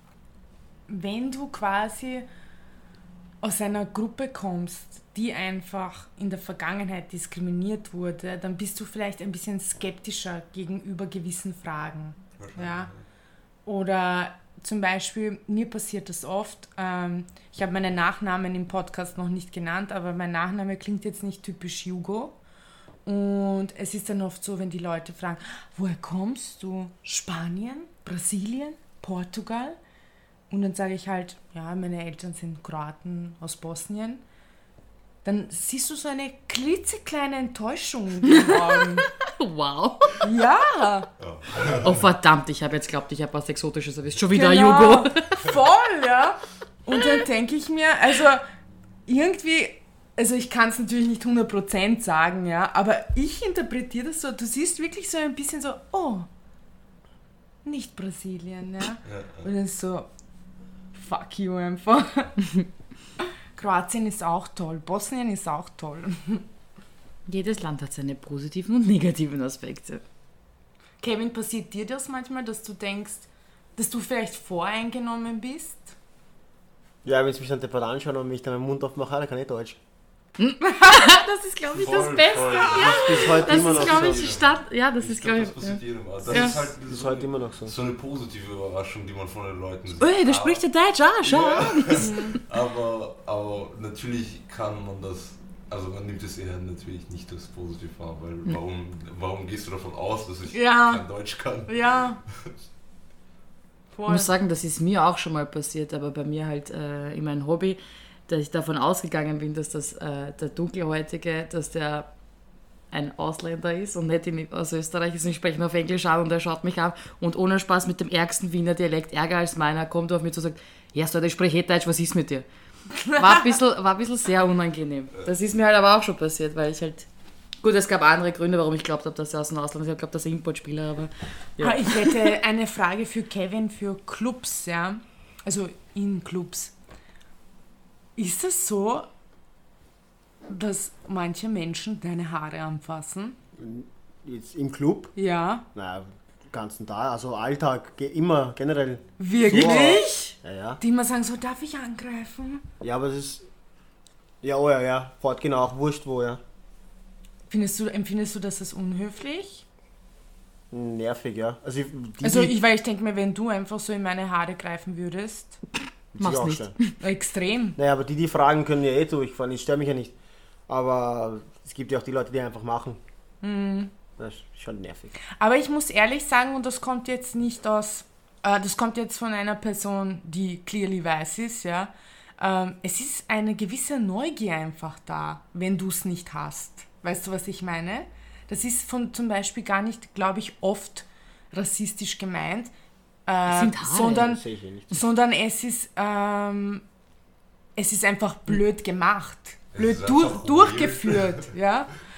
Speaker 1: wenn du quasi aus einer Gruppe kommst, die einfach in der Vergangenheit diskriminiert wurde, dann bist du vielleicht ein bisschen skeptischer gegenüber gewissen Fragen. Ja? Oder zum Beispiel, mir passiert das oft, ähm, ich habe meinen Nachnamen im Podcast noch nicht genannt, aber mein Nachname klingt jetzt nicht typisch Jugo. Und es ist dann oft so, wenn die Leute fragen, woher kommst du? Spanien? Brasilien? Portugal? Und dann sage ich halt, ja, meine Eltern sind Kroaten aus Bosnien. Dann siehst du so eine klitzekleine Enttäuschung in den Augen.
Speaker 2: Wow.
Speaker 1: Ja.
Speaker 2: Oh verdammt, ich habe jetzt geglaubt, ich habe was Exotisches erwischt. Schon wieder
Speaker 1: genau.
Speaker 2: Jugo.
Speaker 1: Voll, ja. Und dann denke ich mir, also irgendwie, also ich kann es natürlich nicht hundert Prozent sagen, ja, aber ich interpretiere das so, du siehst wirklich so ein bisschen so, oh, nicht Brasilien, ja. Und dann so, fuck you einfach. Kroatien ist auch toll, Bosnien ist auch toll.
Speaker 2: Jedes Land hat seine positiven und negativen Aspekte.
Speaker 1: Kevin, passiert dir das manchmal, dass du denkst, dass du vielleicht voreingenommen bist?
Speaker 3: Ja, wenn sie mich dann deppert anschauen und mich dann meinen Mund aufmachen, dann kann ich Deutsch.
Speaker 2: Das ist, glaube ich,
Speaker 4: voll,
Speaker 2: das Beste.
Speaker 4: Voll.
Speaker 2: Ja.
Speaker 3: Das ist, halt
Speaker 2: das
Speaker 3: immer
Speaker 2: ist
Speaker 3: noch
Speaker 2: glaube
Speaker 3: so.
Speaker 2: ich, Stadt. Ja, das
Speaker 4: ich
Speaker 2: ist,
Speaker 4: glaube
Speaker 2: glaube
Speaker 4: ich.
Speaker 2: ich.
Speaker 4: Das passiert jedem. Das
Speaker 2: ja.
Speaker 4: ist halt,
Speaker 3: das ist
Speaker 4: so,
Speaker 3: halt immer noch so.
Speaker 4: So eine positive Überraschung, die man von den Leuten sieht.
Speaker 2: Ey, der spricht ja Deutsch, ah, schau.
Speaker 4: Ja. aber, aber natürlich kann man das, also man nimmt es eher natürlich nicht als positiv wahr, weil mhm. warum, warum gehst du davon aus, dass ich
Speaker 1: ja.
Speaker 4: kein Deutsch kann?
Speaker 1: Ja.
Speaker 2: Ich muss sagen, das ist mir auch schon mal passiert, aber bei mir halt äh, in meinem Hobby, dass ich davon ausgegangen bin, dass das äh, der Dunkelhäutige, dass der ein Ausländer ist und nicht in, aus Österreich ist und ich spreche nur auf Englisch an und er schaut mich an und ohne Spaß mit dem ärgsten Wiener Dialekt, ärger als meiner, kommt er auf mich zu und sagt, ja, so, ich spreche Deutsch, was ist mit dir? War ein bisschen, war ein bisschen sehr unangenehm. Das ist mir halt aber auch schon passiert, weil ich halt, gut, es gab andere Gründe, warum ich glaubt habe, dass er aus dem Ausland ist. Ich glaube, dass er Importspieler, aber ja.
Speaker 1: Ah, ich hätte eine Frage für Kevin für Clubs, ja, also in Clubs. Ist es so, dass manche Menschen deine Haare anfassen?
Speaker 3: Jetzt im Club?
Speaker 1: Ja.
Speaker 3: Na, den ganzen Tag, also Alltag, immer generell.
Speaker 1: Wirklich?
Speaker 3: So. Ja, ja.
Speaker 1: Die immer sagen so, darf ich angreifen?
Speaker 3: Ja, aber es ist, ja, oh ja, ja, fortgehen auch, wurscht wo, ja.
Speaker 1: Findest du, empfindest du das als unhöflich?
Speaker 3: Nervig, ja. Also, die,
Speaker 1: also ich, weil ich denke mir, wenn du einfach so in meine Haare greifen würdest...
Speaker 2: Mach's nicht.
Speaker 3: Stellen.
Speaker 1: Extrem.
Speaker 3: Naja, aber die, die fragen, können ja eh durchfahren. Ich störe mich ja nicht. Aber es gibt ja auch die Leute, die einfach machen.
Speaker 1: Mhm.
Speaker 3: Das ist schon nervig.
Speaker 1: Aber ich muss ehrlich sagen, und das kommt jetzt nicht aus... Äh, das kommt jetzt von einer Person, die clearly weiß ist, ja. Ähm, es ist eine gewisse Neugier einfach da, wenn du es nicht hast. Weißt du, was ich meine? Das ist von zum Beispiel gar nicht, glaube ich, oft rassistisch gemeint. Äh,
Speaker 2: sind Haare.
Speaker 1: sondern,
Speaker 3: Das sehe ich nicht.
Speaker 1: sondern es ist, ähm, es ist einfach blöd gemacht, blöd
Speaker 4: ist
Speaker 1: durch,
Speaker 4: einfach
Speaker 1: durchgeführt, ja.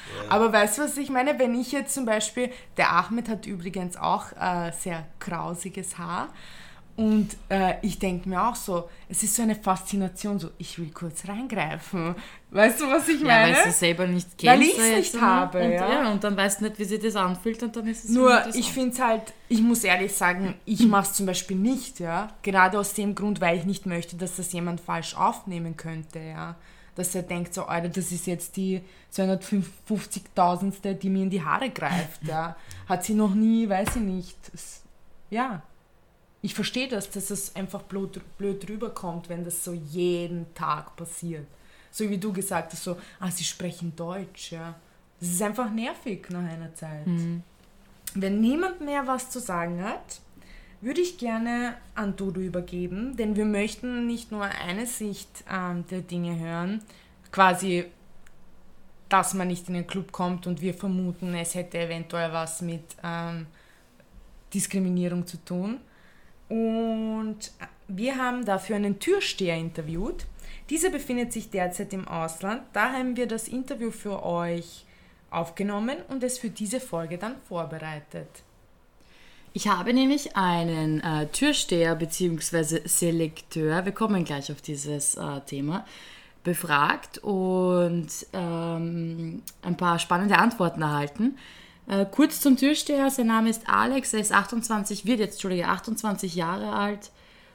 Speaker 1: Aber weißt du, was ich meine? Wenn ich jetzt zum Beispiel, der Ahmed hat übrigens auch äh, sehr krausiges Haar und äh, ich denke mir auch so, es ist so eine Faszination, so ich will kurz reingreifen. Weißt du, was ich
Speaker 2: Ja,
Speaker 1: meine?
Speaker 2: weil du es selber nicht kennst.
Speaker 1: Weil ich es nicht habe,
Speaker 2: und,
Speaker 1: ja.
Speaker 2: ja. Und dann weißt du nicht, wie sich das anfühlt und dann ist es
Speaker 1: Nur,
Speaker 2: uninteressant.
Speaker 1: ich finde es halt, ich muss ehrlich sagen, ich mache es zum Beispiel nicht, ja. Gerade aus dem Grund, weil ich nicht möchte, dass das jemand falsch aufnehmen könnte, ja. Dass er denkt so, Alter, das ist jetzt die zweihundertfünfzigtausendste, die mir in die Haare greift, ja. Hat sie noch nie, weiß ich nicht. Es, ja. Ich verstehe das, dass es einfach blöd, blöd rüberkommt, wenn das so jeden Tag passiert. So wie du gesagt hast, so, ah, sie sprechen Deutsch, ja. Das ist einfach nervig nach einer Zeit.
Speaker 2: Mhm.
Speaker 1: Wenn niemand mehr was zu sagen hat, würde ich gerne an Dodo übergeben, denn wir möchten nicht nur eine Sicht ähm, der Dinge hören, quasi, dass man nicht in den Club kommt und wir vermuten, es hätte eventuell was mit ähm, Diskriminierung zu tun. Und wir haben dafür einen Türsteher interviewt. Dieser befindet sich derzeit im Ausland, da haben wir das Interview für euch aufgenommen und es für diese Folge dann vorbereitet.
Speaker 2: Ich habe nämlich einen äh, Türsteher bzw. Selekteur, wir kommen gleich auf dieses äh, Thema, befragt und ähm, ein paar spannende Antworten erhalten. Äh, kurz zum Türsteher, sein Name ist Alex, er ist achtundzwanzig, wird jetzt, Entschuldige, achtundzwanzig Jahre alt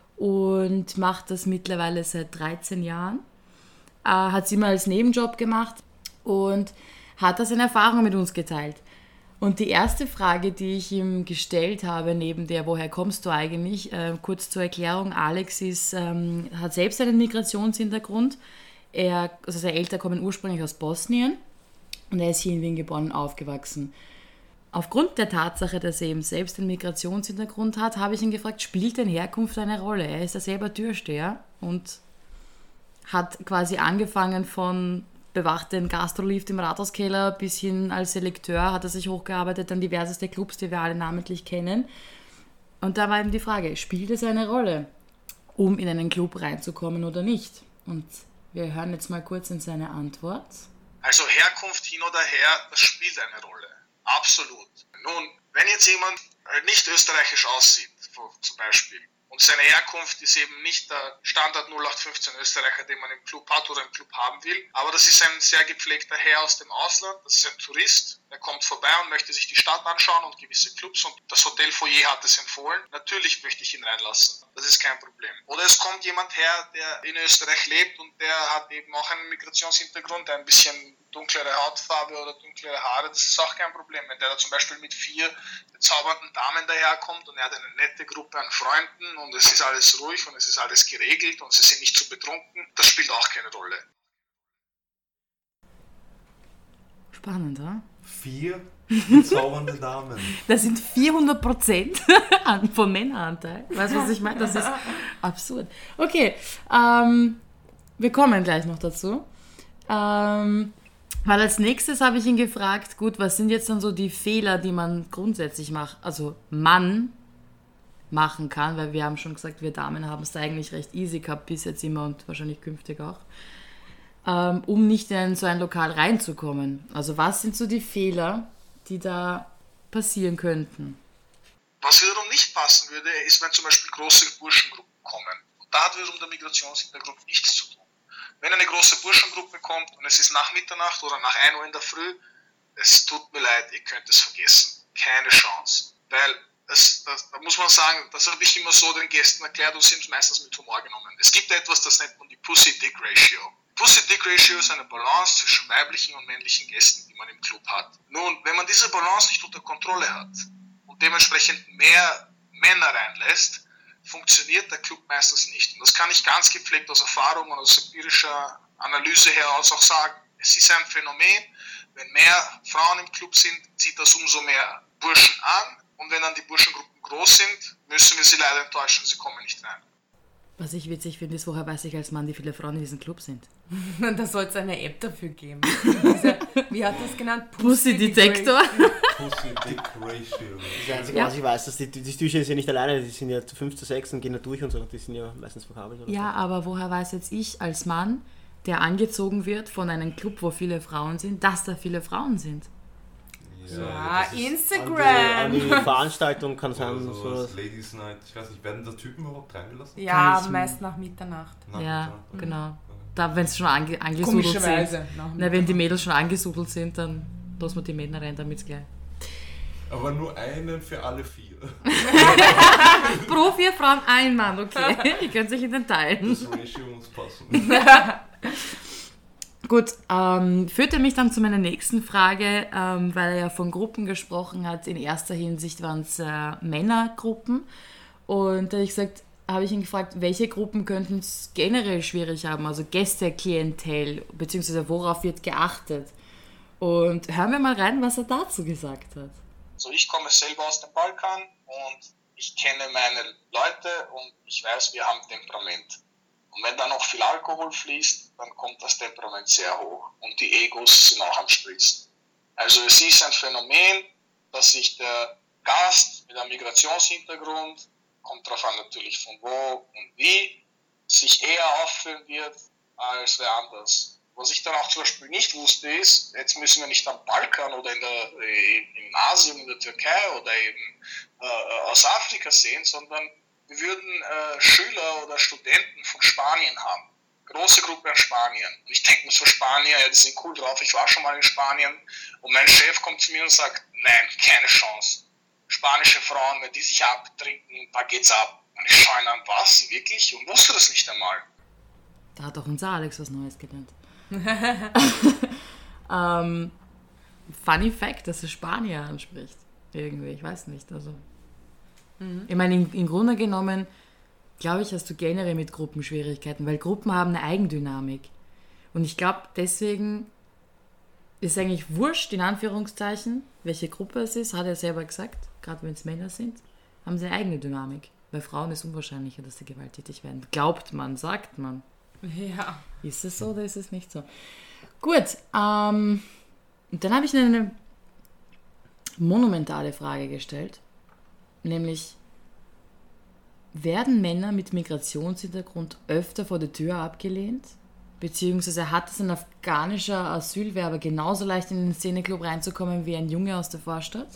Speaker 2: und macht das mittlerweile seit dreizehn Jahren. Äh, hat es immer als Nebenjob gemacht und hat da seine Erfahrungen mit uns geteilt. Und die erste Frage, die ich ihm gestellt habe, neben der, woher kommst du eigentlich, äh, kurz zur Erklärung, Alex ist, ähm, hat selbst einen Migrationshintergrund. Er, also seine Eltern kommen ursprünglich aus Bosnien und er ist hier in Wien geboren und aufgewachsen. Aufgrund der Tatsache, dass er eben selbst einen Migrationshintergrund hat, habe ich ihn gefragt, spielt denn Herkunft eine Rolle? Er ist ja selber Türsteher und hat quasi angefangen von bewacht den Gastrolift im Rathauskeller bis hin als Selekteur, hat er sich hochgearbeitet an diverseste Clubs, die wir alle namentlich kennen. Und da war eben die Frage, spielt es eine Rolle, um in einen Club reinzukommen oder nicht? Und wir hören jetzt mal kurz in seine Antwort.
Speaker 5: Also Herkunft hin oder her, das spielt eine Rolle. Absolut. Nun, wenn jetzt jemand nicht österreichisch aussieht, zum Beispiel, und seine Herkunft ist eben nicht der Standard null acht fünfzehn Österreicher, den man im Club hat oder im Club haben will, aber das ist ein sehr gepflegter Herr aus dem Ausland, das ist ein Tourist, der kommt vorbei und möchte sich die Stadt anschauen und gewisse Clubs und das Hotel Foyer hat es empfohlen. Natürlich möchte ich ihn reinlassen, das ist kein Problem. Oder es kommt jemand her, der in Österreich lebt und der hat eben auch einen Migrationshintergrund, ein bisschen dunklere Hautfarbe oder dunklere Haare, das ist auch kein Problem. Wenn der da zum Beispiel mit vier bezaubernden Damen daherkommt und er hat eine nette Gruppe an Freunden und es ist alles ruhig und es ist alles geregelt und sie sind nicht zu betrunken, das spielt auch keine Rolle.
Speaker 2: Spannend, oder?
Speaker 4: Vier bezaubernde Damen.
Speaker 2: Das sind vierhundert Prozent vom Männeranteil. Weißt du, was ich meine? Das ist absurd. Okay, ähm, wir kommen gleich noch dazu. Ähm, weil als nächstes habe ich ihn gefragt, gut, was sind jetzt dann so die Fehler, die man grundsätzlich macht, also Mann machen kann, weil wir haben schon gesagt, wir Damen haben es eigentlich recht easy gehabt, bis jetzt immer und wahrscheinlich künftig auch, ähm, um nicht in so ein Lokal reinzukommen. Also was sind so die Fehler, die da passieren könnten?
Speaker 5: Was wiederum nicht passen würde, ist, wenn zum Beispiel große Burschengruppen kommen. Und da hat wiederum der Migrationshintergrund nichts zu tun. Wenn eine große Burschengruppe kommt und es ist nach Mitternacht oder nach ein Uhr in der Früh, es tut mir leid, ihr könnt es vergessen. Keine Chance. Weil, es, das, da muss man sagen, das habe ich immer so den Gästen erklärt und sind meistens mit Humor genommen. Es gibt etwas, das nennt man die Pussy-Dick-Ratio. Pussy-Dick-Ratio ist eine Balance zwischen weiblichen und männlichen Gästen, die man im Club hat. Nun, wenn man diese Balance nicht unter Kontrolle hat und dementsprechend mehr Männer reinlässt, funktioniert der Club meistens nicht. Und das kann ich ganz gepflegt aus Erfahrung und aus empirischer Analyse heraus auch sagen. Es ist ein Phänomen, wenn mehr Frauen im Club sind, zieht das umso mehr Burschen an. Und wenn dann die Burschengruppen groß sind, müssen wir sie leider enttäuschen, sie kommen nicht rein.
Speaker 2: Was ich witzig finde, ist, woher weiß ich als Mann, wie viele Frauen in diesem Club sind.
Speaker 1: Da soll es eine App dafür geben. Diese, wie hat das genannt?
Speaker 2: Pussy-Detektor.
Speaker 4: Pussy-Dick-Ratio.
Speaker 3: Das Einzige,
Speaker 2: Ja.
Speaker 3: was ich weiß, dass die, die, die Türsteher sind ja nicht alleine, die sind ja zu fünf, zu sechs und gehen da durch und so. Die sind ja meistens verkabelt. Oder
Speaker 2: Ja, aber woher weiß jetzt ich als Mann, der angezogen wird von einem Club, wo viele Frauen sind, dass da viele Frauen sind.
Speaker 1: Ja,
Speaker 4: das ist
Speaker 1: Instagram.
Speaker 3: An die, an die Veranstaltung kann
Speaker 4: oder
Speaker 3: sein.
Speaker 4: sowas,
Speaker 3: sowas.
Speaker 4: Ladies Night. Ich weiß nicht, werden da Typen überhaupt reingelassen?
Speaker 1: Ja,
Speaker 2: Kann ich-
Speaker 1: meist nach Mitternacht.
Speaker 4: Nein,
Speaker 2: Ja,
Speaker 4: okay.
Speaker 2: genau. Da, wenn es schon ange angesudelt sind.
Speaker 1: Komischerweise. nach
Speaker 2: Na, wenn die Mädels schon angesudelt sind, dann lassen wir die Männer rein, damit es gleich.
Speaker 4: Aber nur einen für alle vier.
Speaker 2: Pro vier Frauen ein Mann, okay. Ihr könnt sich in den teilen.
Speaker 4: Das Ratio muss passen.
Speaker 2: Gut, ähm, führt er mich dann zu meiner nächsten Frage, ähm, weil er ja von Gruppen gesprochen hat. In erster Hinsicht waren es äh, Männergruppen. Und da habe ich gesagt, habe ich ihn gefragt, welche Gruppen könnten es generell schwierig haben, also Gäste, Klientel, beziehungsweise worauf wird geachtet. Und hören wir mal rein, was er dazu gesagt hat.
Speaker 5: Also ich komme selber aus dem Balkan und ich kenne meine Leute und ich weiß, wir haben Temperament. Und wenn da noch viel Alkohol fließt, dann kommt das Temperament sehr hoch und die Egos sind auch am Spritzen. Also es ist ein Phänomen, dass sich der Gast mit einem Migrationshintergrund, kommt darauf an natürlich von wo und wie, sich eher aufführen wird als wer anders. Was ich dann auch zum Beispiel nicht wusste ist, jetzt müssen wir nicht am Balkan oder in, der, in Asien, in der Türkei oder eben äh, aus Afrika sehen, sondern wir würden äh, Schüler oder Studenten von Spanien haben. Große Gruppe an Spaniern. Und ich denke mir so, Spanier, ja, die sind cool drauf, ich war schon mal in Spanien. Und mein Chef kommt zu mir und sagt, nein, keine Chance. Spanische Frauen, wenn die sich abtrinken, da geht's ab. Und ich schaue ihn an, was, wirklich? Und wusste das nicht einmal.
Speaker 2: Da hat auch unser Alex was Neues gelernt. ähm, funny Fact, dass er Spanier anspricht. Irgendwie, ich weiß nicht. Also. Mhm. Ich meine, im, im Grunde genommen, glaube ich, hast du generell mit Gruppen Schwierigkeiten, weil Gruppen haben eine Eigendynamik. Und ich glaube, deswegen ist eigentlich wurscht, in Anführungszeichen, welche Gruppe es ist, hat er selber gesagt, gerade wenn es Männer sind, haben sie eine eigene Dynamik. Bei Frauen ist es unwahrscheinlicher, dass sie gewalttätig werden. Glaubt man, sagt man.
Speaker 1: Ja.
Speaker 2: Ist es so oder ist es nicht so? Gut, ähm, und dann habe ich eine monumentale Frage gestellt, nämlich, werden Männer mit Migrationshintergrund öfter vor der Tür abgelehnt? Beziehungsweise hat es ein afghanischer Asylwerber genauso leicht in den Szeneclub reinzukommen wie ein Junge aus der Vorstadt?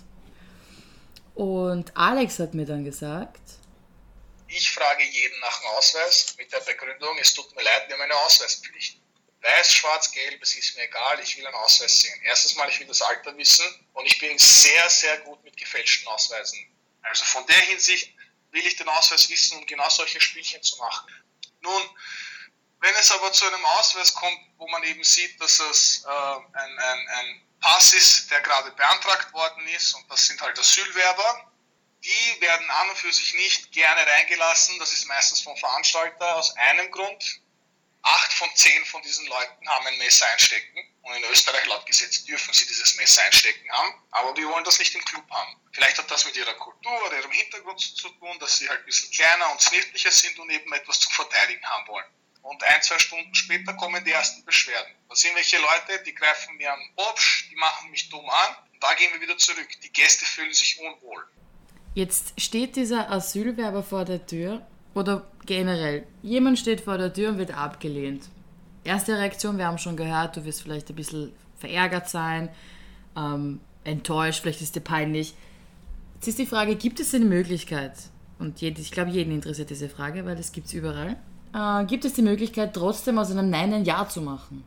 Speaker 2: Und Alex hat mir dann gesagt,
Speaker 5: ich frage jeden nach dem Ausweis mit der Begründung, es tut mir leid, wir haben eine Ausweispflicht. Weiß, schwarz, gelb, es ist mir egal, ich will einen Ausweis sehen. Erstens mal, ich will das Alter wissen und ich bin sehr, sehr gut mit gefälschten Ausweisen. Also von der Hinsicht will ich den Ausweis wissen, um genau solche Spielchen zu machen. Nun, wenn es aber zu einem Ausweis kommt, wo man eben sieht, dass es äh, ein, ein, ein Pass ist, der gerade beantragt worden ist, und das sind halt Asylwerber, die werden an und für sich nicht gerne reingelassen. Das ist meistens vom Veranstalter aus einem Grund. Acht von zehn von diesen Leuten haben ein Messer einstecken. Und in Österreich laut Gesetz dürfen sie dieses Messer einstecken haben. Aber die wollen das nicht im Club haben. Vielleicht hat das mit ihrer Kultur oder ihrem Hintergrund zu tun, dass sie halt ein bisschen kleiner und snirtlicher sind und eben etwas zu verteidigen haben wollen. Und ein, zwei Stunden später kommen die ersten Beschwerden. Da sind welche Leute, die greifen mir am Obst, die machen mich dumm an. Und da gehen wir wieder zurück. Die Gäste fühlen sich unwohl.
Speaker 2: jetzt steht dieser Asylwerber vor der Tür oder generell, jemand steht vor der Tür und wird abgelehnt. Erste Reaktion, wir haben schon gehört, du wirst vielleicht ein bisschen verärgert sein, ähm, enttäuscht, vielleicht ist dir peinlich. Jetzt ist die Frage, gibt es eine Möglichkeit, und jed, ich glaube, jeden interessiert diese Frage, weil das gibt es überall, äh, gibt es die Möglichkeit, trotzdem aus einem Nein ein Ja zu machen?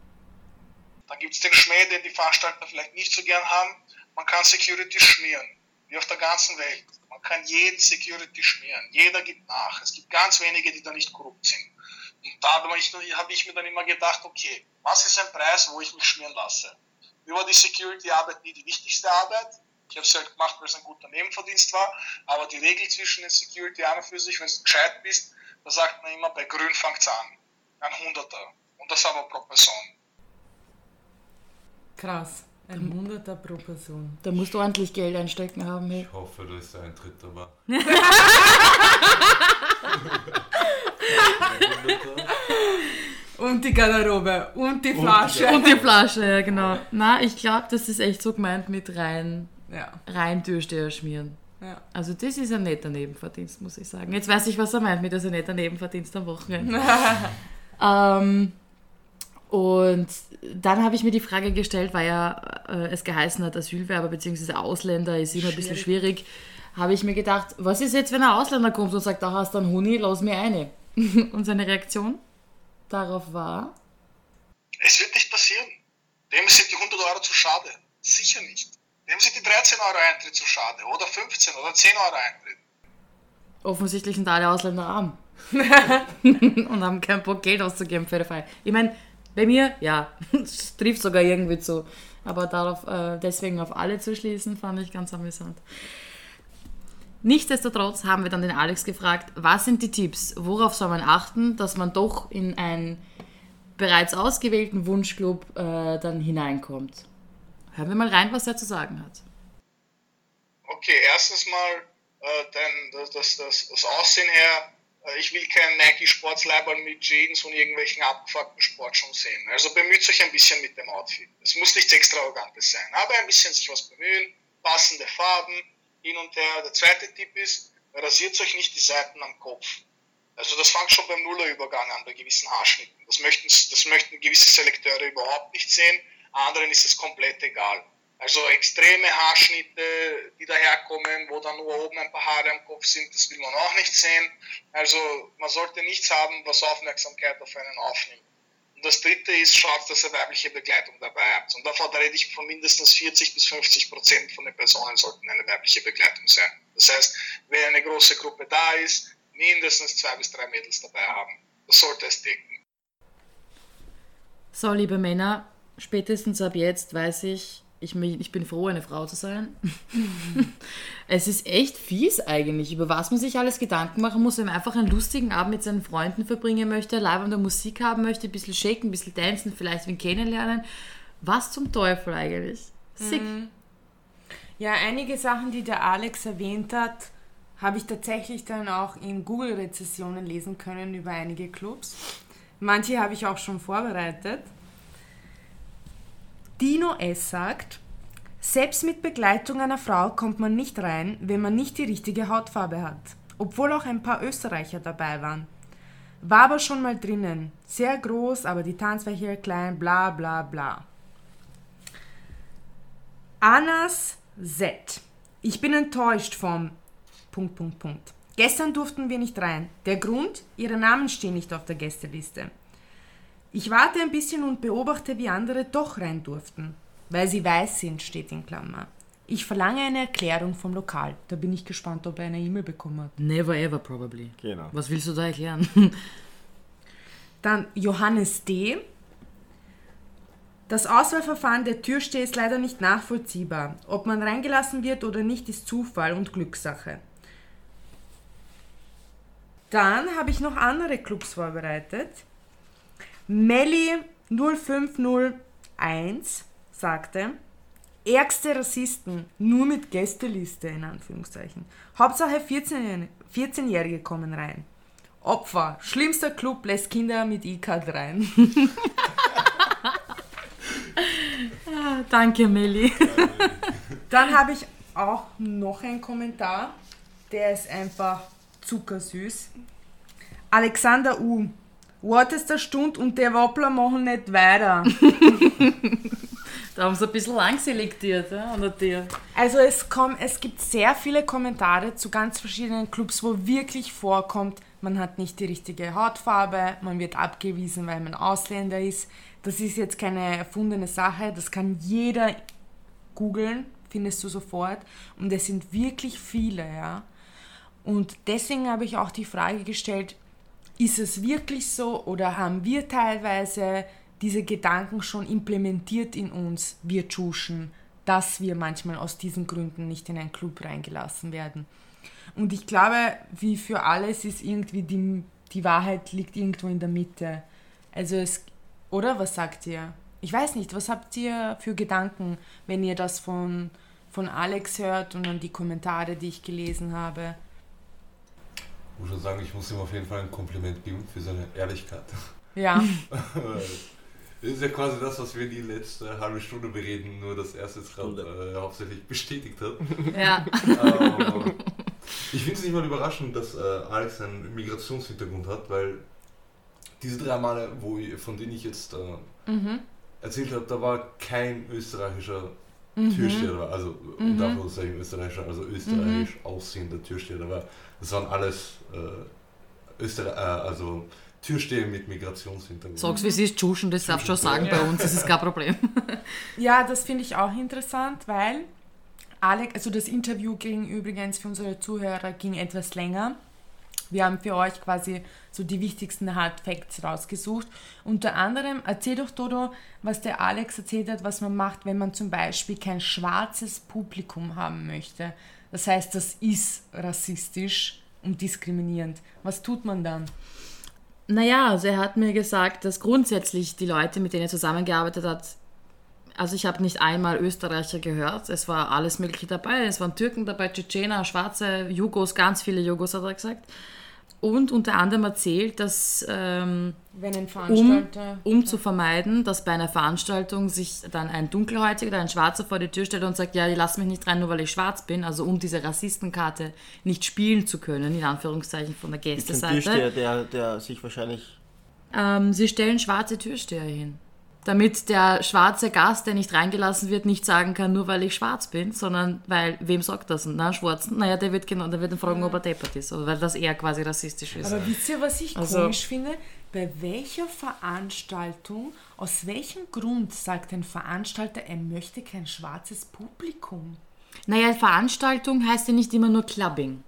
Speaker 5: Dann gibt es den Schmäh, den die Veranstalter vielleicht nicht so gern haben. Man kann Security schmieren, wie auf der ganzen Welt. Man kann jeden Security schmieren. Jeder gibt nach. Es gibt ganz wenige, die da nicht korrupt sind. Und da habe ich, hab ich mir dann immer gedacht, okay, was ist ein Preis, wo ich mich schmieren lasse? Mir war die Security-Arbeit nie die wichtigste Arbeit. Ich habe es halt gemacht, weil es ein guter Nebenverdienst war. Aber die Regel zwischen den Security an und für sich, wenn du gescheit bist, da sagt man immer, bei Grün fängt es an. Ein Hunderter. Und das aber pro Person.
Speaker 1: Krass. Ein Hunderter pro Person.
Speaker 2: Da musst du ordentlich Geld einstecken haben. Hey.
Speaker 4: Ich hoffe, da ist der Eintritt dabei.
Speaker 1: Und die Garderobe. Und die Flasche.
Speaker 2: Und die Flasche, ja genau. Na, ich glaube, das ist echt so gemeint mit rein,
Speaker 1: Ja.
Speaker 2: rein Türsteher schmieren.
Speaker 1: Ja.
Speaker 2: Also das ist ein netter Nebenverdienst, muss ich sagen. Jetzt weiß ich, was er meint mit das ein netter Nebenverdienst am Wochenende. ähm, Und dann habe ich mir die Frage gestellt, weil ja äh, es geheißen hat, Asylwerber bzw. Ausländer ist immer schwierig. ein bisschen schwierig, habe ich mir gedacht, was ist jetzt, wenn ein Ausländer kommt und sagt, da hast du einen Huni, lass mir eine. Und seine Reaktion darauf war?
Speaker 5: Es wird nicht passieren. Dem sind die hundert Euro zu schade. Sicher nicht. Dem sind die dreizehn Euro Eintritt zu schade. Oder fünfzehn oder zehn Euro Eintritt.
Speaker 2: Offensichtlich sind alle Ausländer arm. Und haben keinen Bock, Geld auszugeben für die Feier. Ich meine, bei mir, ja, es trifft sogar irgendwie zu. Aber darauf, äh, deswegen auf alle zu schließen, fand ich ganz amüsant. Nichtsdestotrotz haben wir dann den Alex gefragt, was sind die Tipps? Worauf soll man achten, dass man doch in einen bereits ausgewählten Wunschclub äh, dann hineinkommt? Hören wir mal rein, was er zu sagen hat.
Speaker 5: Okay, erstens mal äh, denn das, das, das, das Aussehen her. Ich will keinen Nike-Sportsleiberl mit Jeans und irgendwelchen abgefuckten Sportschuhen sehen. Also bemüht euch ein bisschen mit dem Outfit. Es muss nichts Extravagantes sein, aber ein bisschen sich was bemühen, passende Farben, hin und her. Der zweite Tipp ist, rasiert euch nicht die Seiten am Kopf. Also das fängt schon beim Nullerübergang an, bei gewissen Haarschnitten. Das möchten, das möchten gewisse Selekteure überhaupt nicht sehen, anderen ist es komplett egal. Also extreme Haarschnitte, die daherkommen, wo dann nur oben ein paar Haare am Kopf sind, das will man auch nicht sehen. Also man sollte nichts haben, was Aufmerksamkeit auf einen aufnimmt. Und das dritte ist, schaut, dass ihr weibliche Begleitung dabei habt. Und davon rede ich von mindestens vierzig bis fünfzig Prozent von den Personen sollten eine weibliche Begleitung sein. Das heißt, wenn eine große Gruppe da ist, mindestens zwei bis drei Mädels dabei haben. Das sollte es decken.
Speaker 2: So, liebe Männer, spätestens ab jetzt weiß ich, Ich, ich bin froh, eine Frau zu sein. Es ist echt fies eigentlich, über was man sich alles Gedanken machen muss, wenn man einfach einen lustigen Abend mit seinen Freunden verbringen möchte, live an der Musik haben möchte, ein bisschen shaken, ein bisschen tanzen, vielleicht wen kennenlernen. Was zum Teufel eigentlich? Sick.
Speaker 1: Ja, einige Sachen, die der Alex erwähnt hat, habe ich tatsächlich dann auch in Google-Rezessionen lesen können über einige Clubs. Manche habe ich auch schon vorbereitet. Dino S. sagt, selbst mit Begleitung einer Frau kommt man nicht rein, wenn man nicht die richtige Hautfarbe hat. Obwohl auch ein paar Österreicher dabei waren. War aber schon mal drinnen. Sehr groß, aber die Tanzfläche klein, bla bla bla. Anas Z. Ich bin enttäuscht vom... Punkt, Punkt, Punkt. Gestern durften wir nicht rein. Der Grund? Ihre Namen stehen nicht auf der Gästeliste. Ich warte ein bisschen und beobachte, wie andere doch rein durften. Weil sie weiß sind, steht in Klammer. Ich verlange eine Erklärung vom Lokal. Da bin ich gespannt, ob er eine E-Mail bekommen hat.
Speaker 2: Never ever, probably.
Speaker 3: Genau.
Speaker 2: Was willst du da erklären?
Speaker 1: Dann Johannes D. Das Auswahlverfahren der Türsteher ist leider nicht nachvollziehbar. Ob man reingelassen wird oder nicht, ist Zufall und Glückssache. Dann habe ich noch andere Clubs vorbereitet. Melli null fünf null eins sagte, ärgste Rassisten, nur mit Gästeliste in Anführungszeichen. Hauptsache vierzehnjährige kommen rein. Opfer, schlimmster Club lässt Kinder mit E-Card rein.
Speaker 2: Ah, danke, Melli.
Speaker 1: Dann habe ich auch noch einen Kommentar, der ist einfach zuckersüß. Alexander U. Wort ist der Stund und der Wobbler machen nicht weiter.
Speaker 2: Da haben sie ein bisschen lang selektiert, ja, an der Tür.
Speaker 1: Also es, kommt, es gibt sehr viele Kommentare zu ganz verschiedenen Clubs, wo wirklich vorkommt, man hat nicht die richtige Hautfarbe, man wird abgewiesen, weil man Ausländer ist. Das ist jetzt keine erfundene Sache, das kann jeder googeln, findest du sofort. Und es sind wirklich viele, ja. Und deswegen habe ich auch die Frage gestellt, ist es wirklich so oder haben wir teilweise diese Gedanken schon implementiert in uns, wir Tschuschen, dass wir manchmal aus diesen Gründen nicht in einen Club reingelassen werden. Und ich glaube, wie für alles ist irgendwie die, die Wahrheit liegt irgendwo in der Mitte. Also es, oder was sagt ihr? Ich weiß nicht, was habt ihr für Gedanken, wenn ihr das von, von Alex hört und dann die Kommentare, die ich gelesen habe?
Speaker 4: Ich muss schon sagen, ich muss ihm auf jeden Fall ein Kompliment geben für seine Ehrlichkeit.
Speaker 1: Ja.
Speaker 4: Das ist ja quasi das, was wir die letzte halbe Stunde bereden, nur dass er es jetzt gerade äh, hauptsächlich bestätigt hat.
Speaker 2: Ja.
Speaker 4: Ähm, ich finde es nicht mal überraschend, dass äh, Alex einen Migrationshintergrund hat, weil diese drei Male, wo ich, von denen ich jetzt äh,
Speaker 1: Mhm.
Speaker 4: erzählt habe, da war kein österreichischer
Speaker 1: Mhm.
Speaker 4: Türsteher dabei, also
Speaker 1: Mhm.
Speaker 4: in Anführungszeichen österreichischer, also österreichisch aussehender Türsteher dabei. Das waren alles äh, Österreich, äh, also Türsteher mit Migrationshintergrund.
Speaker 2: Sag's wie es ist, Tschuschen, das darfst du schon sagen, bei uns ist es kein Problem.
Speaker 1: Ja, das finde ich auch interessant, weil Alex, also das Interview ging übrigens für unsere Zuhörer ging etwas länger. Wir haben für euch quasi so die wichtigsten Hard Facts rausgesucht. Unter anderem, erzähl doch Dodo, was der Alex erzählt hat, was man macht, wenn man zum Beispiel kein schwarzes Publikum haben möchte. Das heißt, das ist rassistisch und diskriminierend. Was tut man dann?
Speaker 2: Naja, also er hat mir gesagt, dass grundsätzlich die Leute, mit denen er zusammengearbeitet hat, also ich habe nicht einmal Österreicher gehört, es war alles Mögliche dabei, es waren Türken dabei, Tschetschener, Schwarze, Jugos, ganz viele Jugos hat er gesagt. Und unter anderem erzählt, dass ähm,
Speaker 1: Wenn ein
Speaker 2: um,
Speaker 1: Veranstalter...
Speaker 2: um zu vermeiden, dass bei einer Veranstaltung sich dann ein Dunkelhäutiger oder ein Schwarzer vor die Tür stellt und sagt, ja, die lassen mich nicht rein, nur weil ich schwarz bin, also um diese Rassistenkarte nicht spielen zu können, in Anführungszeichen von der
Speaker 3: Mit dem
Speaker 2: Gästeseite.
Speaker 3: Türsteher, der, der sich wahrscheinlich...
Speaker 2: Ähm, sie stellen schwarze Türsteher hin. Damit der schwarze Gast, der nicht reingelassen wird, nicht sagen kann, nur weil ich schwarz bin, sondern weil, wem sagt das denn? Na, Schwarzen? Naja, der wird genau, der wird dann fragen, ob er deppert ist, oder weil das eher quasi rassistisch ist.
Speaker 1: Aber wisst ihr, was ich
Speaker 2: Also-
Speaker 1: komisch finde? Bei welcher Veranstaltung, aus welchem Grund sagt ein Veranstalter, er möchte kein schwarzes Publikum?
Speaker 2: Naja, Veranstaltung heißt ja nicht immer nur Clubbing.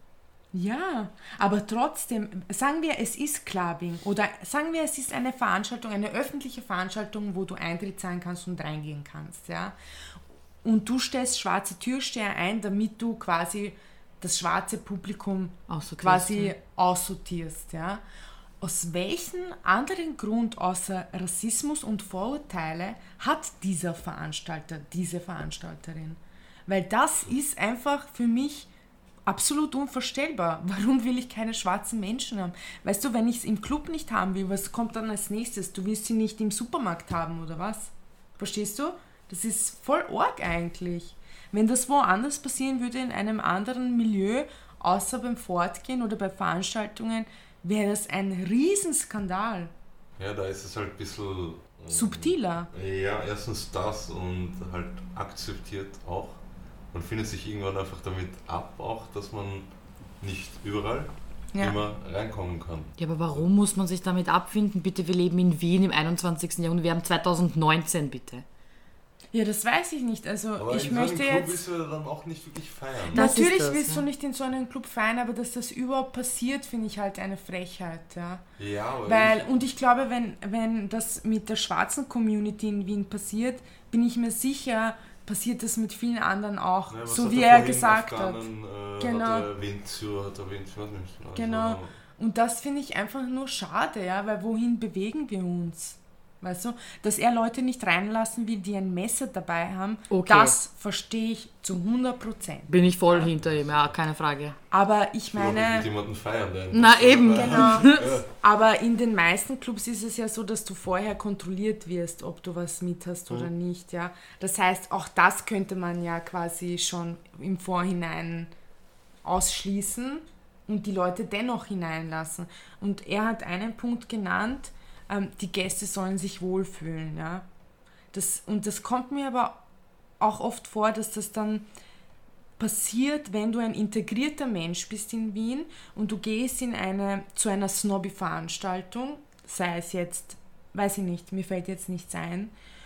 Speaker 1: Ja, aber trotzdem, sagen wir, es ist Clubbing oder sagen wir, es ist eine Veranstaltung, eine öffentliche Veranstaltung, wo du Eintritt zahlen kannst und reingehen kannst, ja. Und du stellst schwarze Türsteher ein, damit du quasi das schwarze Publikum
Speaker 2: Aussortierst,
Speaker 1: quasi
Speaker 2: ja.
Speaker 1: aussortierst, ja. Aus welchem anderen Grund außer Rassismus und Vorurteile hat dieser Veranstalter, diese Veranstalterin? Weil das ist einfach für mich absolut unvorstellbar. Warum will ich keine schwarzen Menschen haben? Weißt du, wenn ich es im Club nicht haben will, was kommt dann als nächstes? Du willst sie nicht im Supermarkt haben, oder was? Verstehst du? Das ist voll arg eigentlich. Wenn das woanders passieren würde, in einem anderen Milieu, außer beim Fortgehen oder bei Veranstaltungen, wäre das ein Riesenskandal.
Speaker 4: Ja, da ist es halt ein bisschen... ähm,
Speaker 1: Subtiler.
Speaker 4: Ja, erstens das und halt akzeptiert auch. Man findet sich irgendwann einfach damit ab, auch, dass man nicht überall
Speaker 1: Ja.
Speaker 4: immer reinkommen kann.
Speaker 2: Ja, aber warum muss man sich damit abfinden? Bitte, wir leben in Wien im einundzwanzigsten Jahrhundert, wir haben zweitausendneunzehn, bitte.
Speaker 1: Ja, das weiß ich nicht. Also
Speaker 4: Aber
Speaker 1: ich
Speaker 4: in so einem
Speaker 1: möchte
Speaker 4: Club
Speaker 1: jetzt...
Speaker 4: willst du ja dann auch nicht wirklich feiern.
Speaker 2: Das
Speaker 1: Natürlich
Speaker 2: ist das,
Speaker 1: willst du
Speaker 2: ja.
Speaker 1: nicht in so einen Club feiern, aber dass das überhaupt passiert, finde ich halt eine Frechheit. Ja.
Speaker 4: Ja, aber
Speaker 1: Weil,
Speaker 4: ich,
Speaker 1: und ich glaube, wenn, wenn das mit der schwarzen Community in Wien passiert, bin ich mir sicher, passiert das mit vielen anderen auch,
Speaker 4: ja, was
Speaker 1: so
Speaker 4: hat
Speaker 1: wie
Speaker 4: er
Speaker 1: er
Speaker 4: vorhin
Speaker 1: gesagt
Speaker 4: Afghanen,
Speaker 1: hat.
Speaker 4: Äh,
Speaker 1: Genau.
Speaker 4: Hat er erwähnt, so, hat er erwähnt, ich weiß nicht. Also,
Speaker 1: Genau. Und das finde ich einfach nur schade, ja, weil wohin bewegen wir uns? Weißt du, dass er Leute nicht reinlassen will, die ein Messer dabei haben,
Speaker 2: Okay.
Speaker 1: das verstehe ich zu hundert Prozent.
Speaker 2: Bin ich voll hinter ihm, ja, keine Frage.
Speaker 1: Aber ich
Speaker 4: Ich will auch nicht
Speaker 1: meine...
Speaker 4: mit jemandem feiern. Der
Speaker 2: Na, eben.
Speaker 1: Genau.
Speaker 4: Ja.
Speaker 1: Aber in den meisten Clubs ist es ja so, dass du vorher kontrolliert wirst, ob du was mit hast oder nicht, ja. Das heißt, auch das könnte man ja quasi schon im Vorhinein ausschließen und die Leute dennoch hineinlassen. Und er hat einen Punkt genannt, ähm, die Gäste sollen sich wohlfühlen, ja. Das, und das kommt mir aber auch oft vor, dass das dann passiert, wenn du ein integrierter Mensch bist in Wien und du gehst in eine, zu einer Snobby-Veranstaltung, sei es jetzt, weiß ich nicht, mir fällt jetzt nichts ein,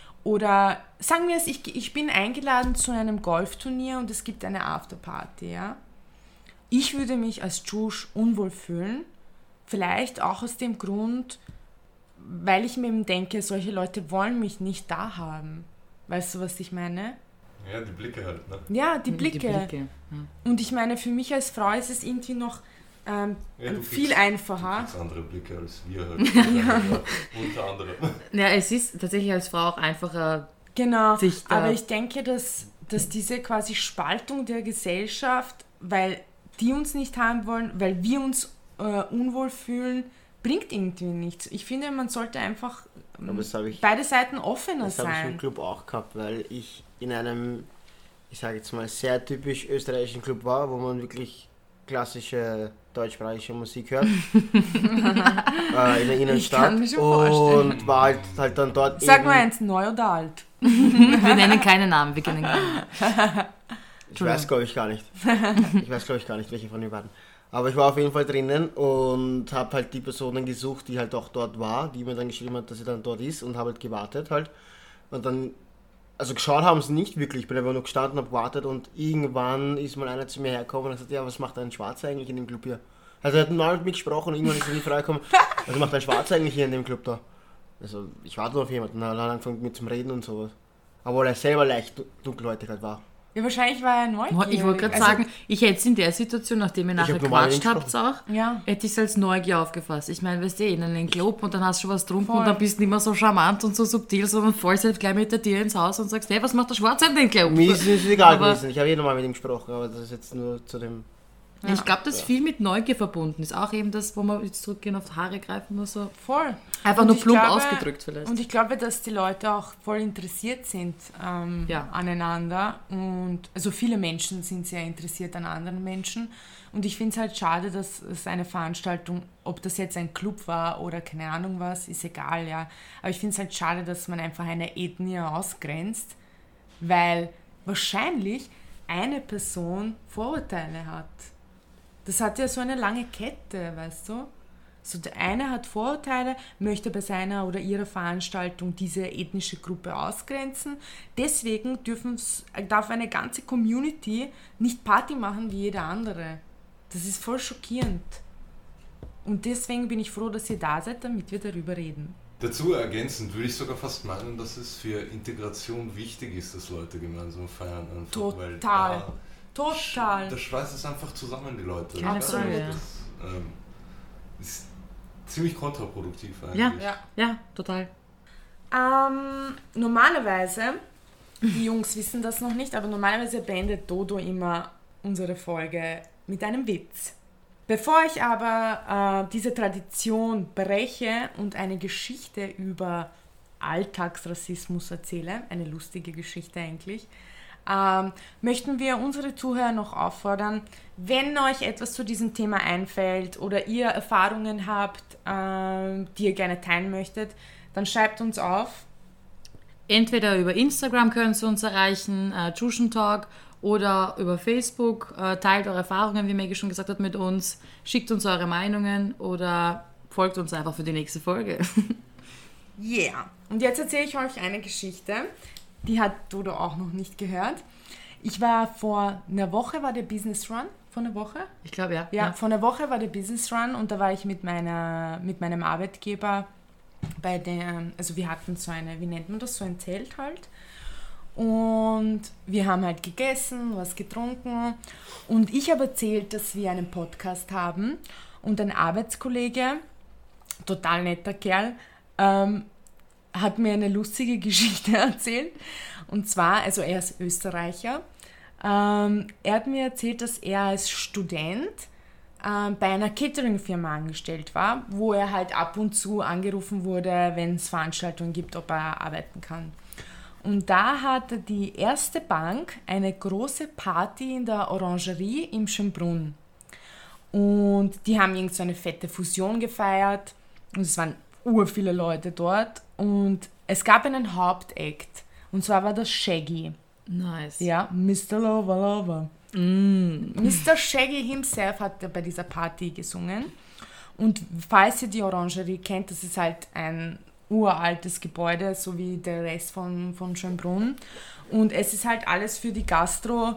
Speaker 1: oder sagen wir es, ich, ich bin eingeladen zu einem Golfturnier und es gibt eine Afterparty, ja. Ich würde mich als Tschusch unwohl fühlen, vielleicht auch aus dem Grund, weil ich mir eben denke, solche Leute wollen mich nicht da haben. Weißt du, was ich meine?
Speaker 4: Ja, die Blicke halt, ne?
Speaker 1: Ja, die Blicke.
Speaker 2: Die Blicke. Ja.
Speaker 1: Und ich meine, für mich als Frau ist es irgendwie noch ähm,
Speaker 4: Ja, du
Speaker 1: viel
Speaker 4: kriegst-
Speaker 1: einfacher.
Speaker 4: Du kriegst andere Blicke als wir halt. ja. Unter anderem.
Speaker 2: Ja, es ist tatsächlich als Frau auch einfacher.
Speaker 1: Genau,
Speaker 2: sich da-
Speaker 1: aber ich denke, dass, dass diese quasi Spaltung der Gesellschaft, weil die uns nicht haben wollen, weil wir uns äh, unwohl fühlen, bringt irgendwie nichts. Ich finde, man sollte einfach ähm,
Speaker 3: Aber das habe ich,
Speaker 1: beide Seiten offener
Speaker 3: das habe ich im
Speaker 1: sein.
Speaker 3: Club auch gehabt, weil ich in einem, ich sage jetzt mal, sehr typisch österreichischen Club war, wo man wirklich klassische deutschsprachige Musik hört. äh, in der Innenstadt.
Speaker 1: Ich kann mir schon vorstellen.
Speaker 3: Und war halt, halt dann dort.
Speaker 1: Sag
Speaker 3: eben,
Speaker 1: mal eins, neu oder alt?
Speaker 2: Wir nennen keine Namen, wir kennen keine Namen.
Speaker 3: Ich weiß, glaube ich, gar nicht. Ich weiß, glaube ich, gar nicht, welche von den beiden. Aber ich war auf jeden Fall drinnen und habe halt die Personen gesucht, die halt auch dort war, die mir dann geschrieben hat, dass sie dann dort ist und habe halt gewartet halt. Und dann, also geschaut haben sie nicht wirklich, ich bin einfach nur gestanden, habe gewartet und irgendwann ist mal einer zu mir hergekommen und hat gesagt, ja, was macht ein Schwarzer eigentlich in dem Club hier? Also er hat mal mit mir gesprochen und irgendwann ist er in die Frage gekommen, was macht ein Schwarzer eigentlich hier in dem Club da? Also ich warte nur auf jemanden, dann hat er angefangen mit zum Reden und sowas. Aber weil er selber leicht dunkelhäutig halt war.
Speaker 1: Ja, wahrscheinlich war er neugierig.
Speaker 2: Ich wollte gerade
Speaker 1: Also,
Speaker 2: sagen, ich hätte es in der Situation, nachdem ihr nachher
Speaker 3: hab normal
Speaker 2: gequatscht habt auch,
Speaker 1: Ja.
Speaker 2: hätte ich es als Neugier aufgefasst. Ich meine, weißt du, in einen Club und dann hast du schon was getrunken
Speaker 1: Voll.
Speaker 2: und dann bist du nicht mehr so charmant und so subtil, sondern fällst halt gleich mit der Tür ins Haus und sagst, hey, was macht der Schwarze in den Club?
Speaker 3: Mir ist es egal
Speaker 2: Aber-
Speaker 3: gewesen, ich habe eh nochmal mit ihm gesprochen, aber das ist jetzt nur zu dem...
Speaker 2: Ja. Ich glaube, dass viel mit Neugier verbunden ist. Auch eben das, wo man jetzt zurückgehen auf die Haare greifen oder so.
Speaker 1: Voll.
Speaker 2: Einfach
Speaker 1: Und
Speaker 2: nur
Speaker 1: ich
Speaker 2: plump
Speaker 1: glaube-
Speaker 2: ausgedrückt vielleicht.
Speaker 1: Und ich glaube, dass die Leute auch voll interessiert sind ähm,
Speaker 2: Ja.
Speaker 1: aneinander. Und also viele Menschen sind sehr interessiert an anderen Menschen. Und ich finde es halt schade, dass es eine Veranstaltung, ob das jetzt ein Club war oder keine Ahnung was, ist egal, ja. Aber ich finde es halt schade, dass man einfach eine Ethnie ausgrenzt, weil wahrscheinlich eine Person Vorurteile hat. Das hat ja so eine lange Kette, weißt du? So der eine hat Vorurteile, möchte bei seiner oder ihrer Veranstaltung diese ethnische Gruppe ausgrenzen. Deswegen dürfen's, darf eine ganze Community nicht Party machen wie jeder andere. Das ist voll schockierend. Und deswegen bin ich froh, dass ihr da seid, damit wir darüber reden.
Speaker 4: Dazu ergänzend würde ich sogar fast meinen, dass es für Integration wichtig ist, dass Leute gemeinsam feiern. Einfach,
Speaker 1: Total.
Speaker 4: Weil da,
Speaker 1: Total.
Speaker 4: das schweißt es einfach zusammen, die Leute.
Speaker 2: Keine
Speaker 4: Das,
Speaker 2: Frage, ja.
Speaker 4: das ähm, ist ziemlich kontraproduktiv eigentlich.
Speaker 2: Ja.
Speaker 1: Ja.
Speaker 2: Ja, total.
Speaker 1: Ähm, normalerweise, die Jungs wissen das noch nicht, aber normalerweise beendet Dodo immer unsere Folge mit einem Witz. Bevor ich aber äh, diese Tradition breche und eine Geschichte über Alltagsrassismus erzähle, eine lustige Geschichte eigentlich, ähm, möchten wir unsere Zuhörer noch auffordern, wenn euch etwas zu diesem Thema einfällt oder ihr Erfahrungen habt, äh, die ihr gerne teilen möchtet, dann schreibt uns auf.
Speaker 2: Entweder über Instagram können Sie uns erreichen, äh, Tschuschen Talk, oder über Facebook. Äh, teilt eure Erfahrungen, wie Maggie schon gesagt hat, mit uns. Schickt uns eure Meinungen oder folgt uns einfach für die nächste Folge.
Speaker 1: Yeah. Und jetzt erzähle ich euch eine Geschichte, die hat Dodo auch noch nicht gehört. Ich war vor einer Woche, war der Business Run, vor einer Woche?
Speaker 2: Ich glaube, ja.
Speaker 1: Ja, vor einer Woche war der Business Run und da war ich mit, meiner, mit meinem Arbeitgeber bei der, also wir hatten so eine, wie nennt man das, so ein Zelt halt. Und wir haben halt gegessen, was getrunken und ich habe erzählt, dass wir einen Podcast haben und ein Arbeitskollege, total netter Kerl, ähm, hat mir eine lustige Geschichte erzählt. Und zwar, also er ist Österreicher, ähm, er hat mir erzählt, dass er als Student äh, bei einer Catering-Firma angestellt war, wo er halt ab und zu angerufen wurde, wenn es Veranstaltungen gibt, ob er arbeiten kann. Und da hatte die erste Bank eine große Party in der Orangerie im Schönbrunn. Und die haben irgend so eine fette Fusion gefeiert und es waren ur viele Leute dort und es gab einen Hauptakt und zwar war das Shaggy.
Speaker 2: Nice.
Speaker 1: Ja, Mister Lover Lover.
Speaker 2: Mm.
Speaker 1: Mister Shaggy himself hat bei dieser Party gesungen und falls ihr die Orangerie kennt, das ist halt ein uraltes Gebäude, so wie der Rest von, von Schönbrunn und es ist halt alles für die Gastro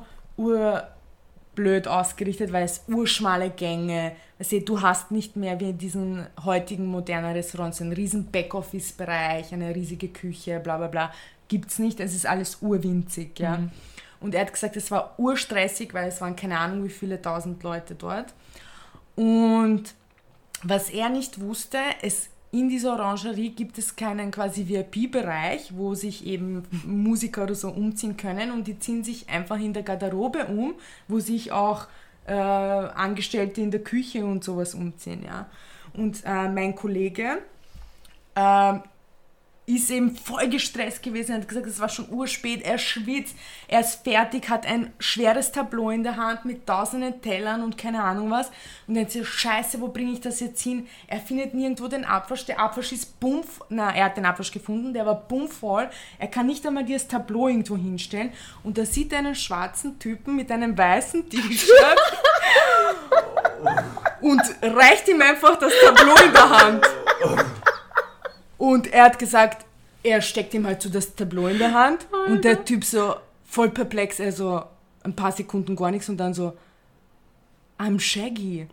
Speaker 1: urblöd ausgerichtet, weil es urschmale Gänge, also du hast nicht mehr wie in diesen heutigen modernen Restaurants einen riesen Backoffice-Bereich, eine riesige Küche, bla bla bla, gibt's nicht, es ist alles urwinzig, ja. Mhm. Und er hat gesagt, es war urstressig, weil es waren keine Ahnung wie viele tausend Leute dort. Und was er nicht wusste, es in dieser Orangerie gibt es keinen quasi V I P-Bereich, wo sich eben Musiker oder so umziehen können und die ziehen sich einfach in der Garderobe um, wo sich auch äh, Angestellte in der Küche und sowas umziehen, ja. Und äh, mein Kollege, äh, ist eben voll gestresst gewesen. Er hat gesagt, es war schon urspät, er schwitzt, er ist fertig, hat ein schweres Tableau in der Hand mit tausenden Tellern und keine Ahnung was. Und dann sagt er, scheiße, wo bringe ich das jetzt hin? Er findet nirgendwo den Abwasch, der Abwasch ist bummvoll, na, er hat den Abwasch gefunden, der war bummvoll, er kann nicht einmal dieses Tableau irgendwo hinstellen. Und da sieht er einen schwarzen Typen mit einem weißen T-Shirt und reicht ihm einfach das Tableau in der Hand. Und er hat gesagt, er steckt ihm halt so das Tableau in der Hand. Alter. Und der Typ so voll perplex, er so ein paar Sekunden gar nichts und dann so, I'm Shaggy.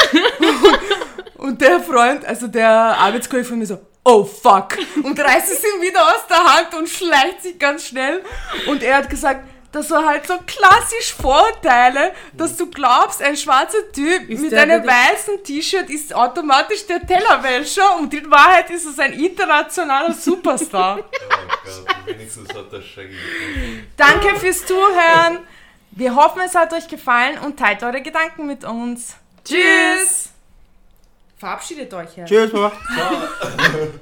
Speaker 1: Und der Freund, also der Arbeitskollege von mir so, oh fuck. Und reißt es ihm wieder aus der Hand und schleicht sich ganz schnell. Und er hat gesagt, das war halt so klassisch Vorurteile, dass du glaubst, ein schwarzer Typ ist mit einem weißen T-Shirt ist automatisch der Tellerwäscher und in Wahrheit ist es ein internationaler Superstar.
Speaker 4: Oh Gott, wenigstens hat der Shaggy gefunden.
Speaker 1: Danke fürs Zuhören. Wir hoffen, es hat euch gefallen und teilt eure Gedanken mit uns. Tschüss. Verabschiedet euch, Herr.
Speaker 3: Tschüss, Mama.
Speaker 4: Ciao.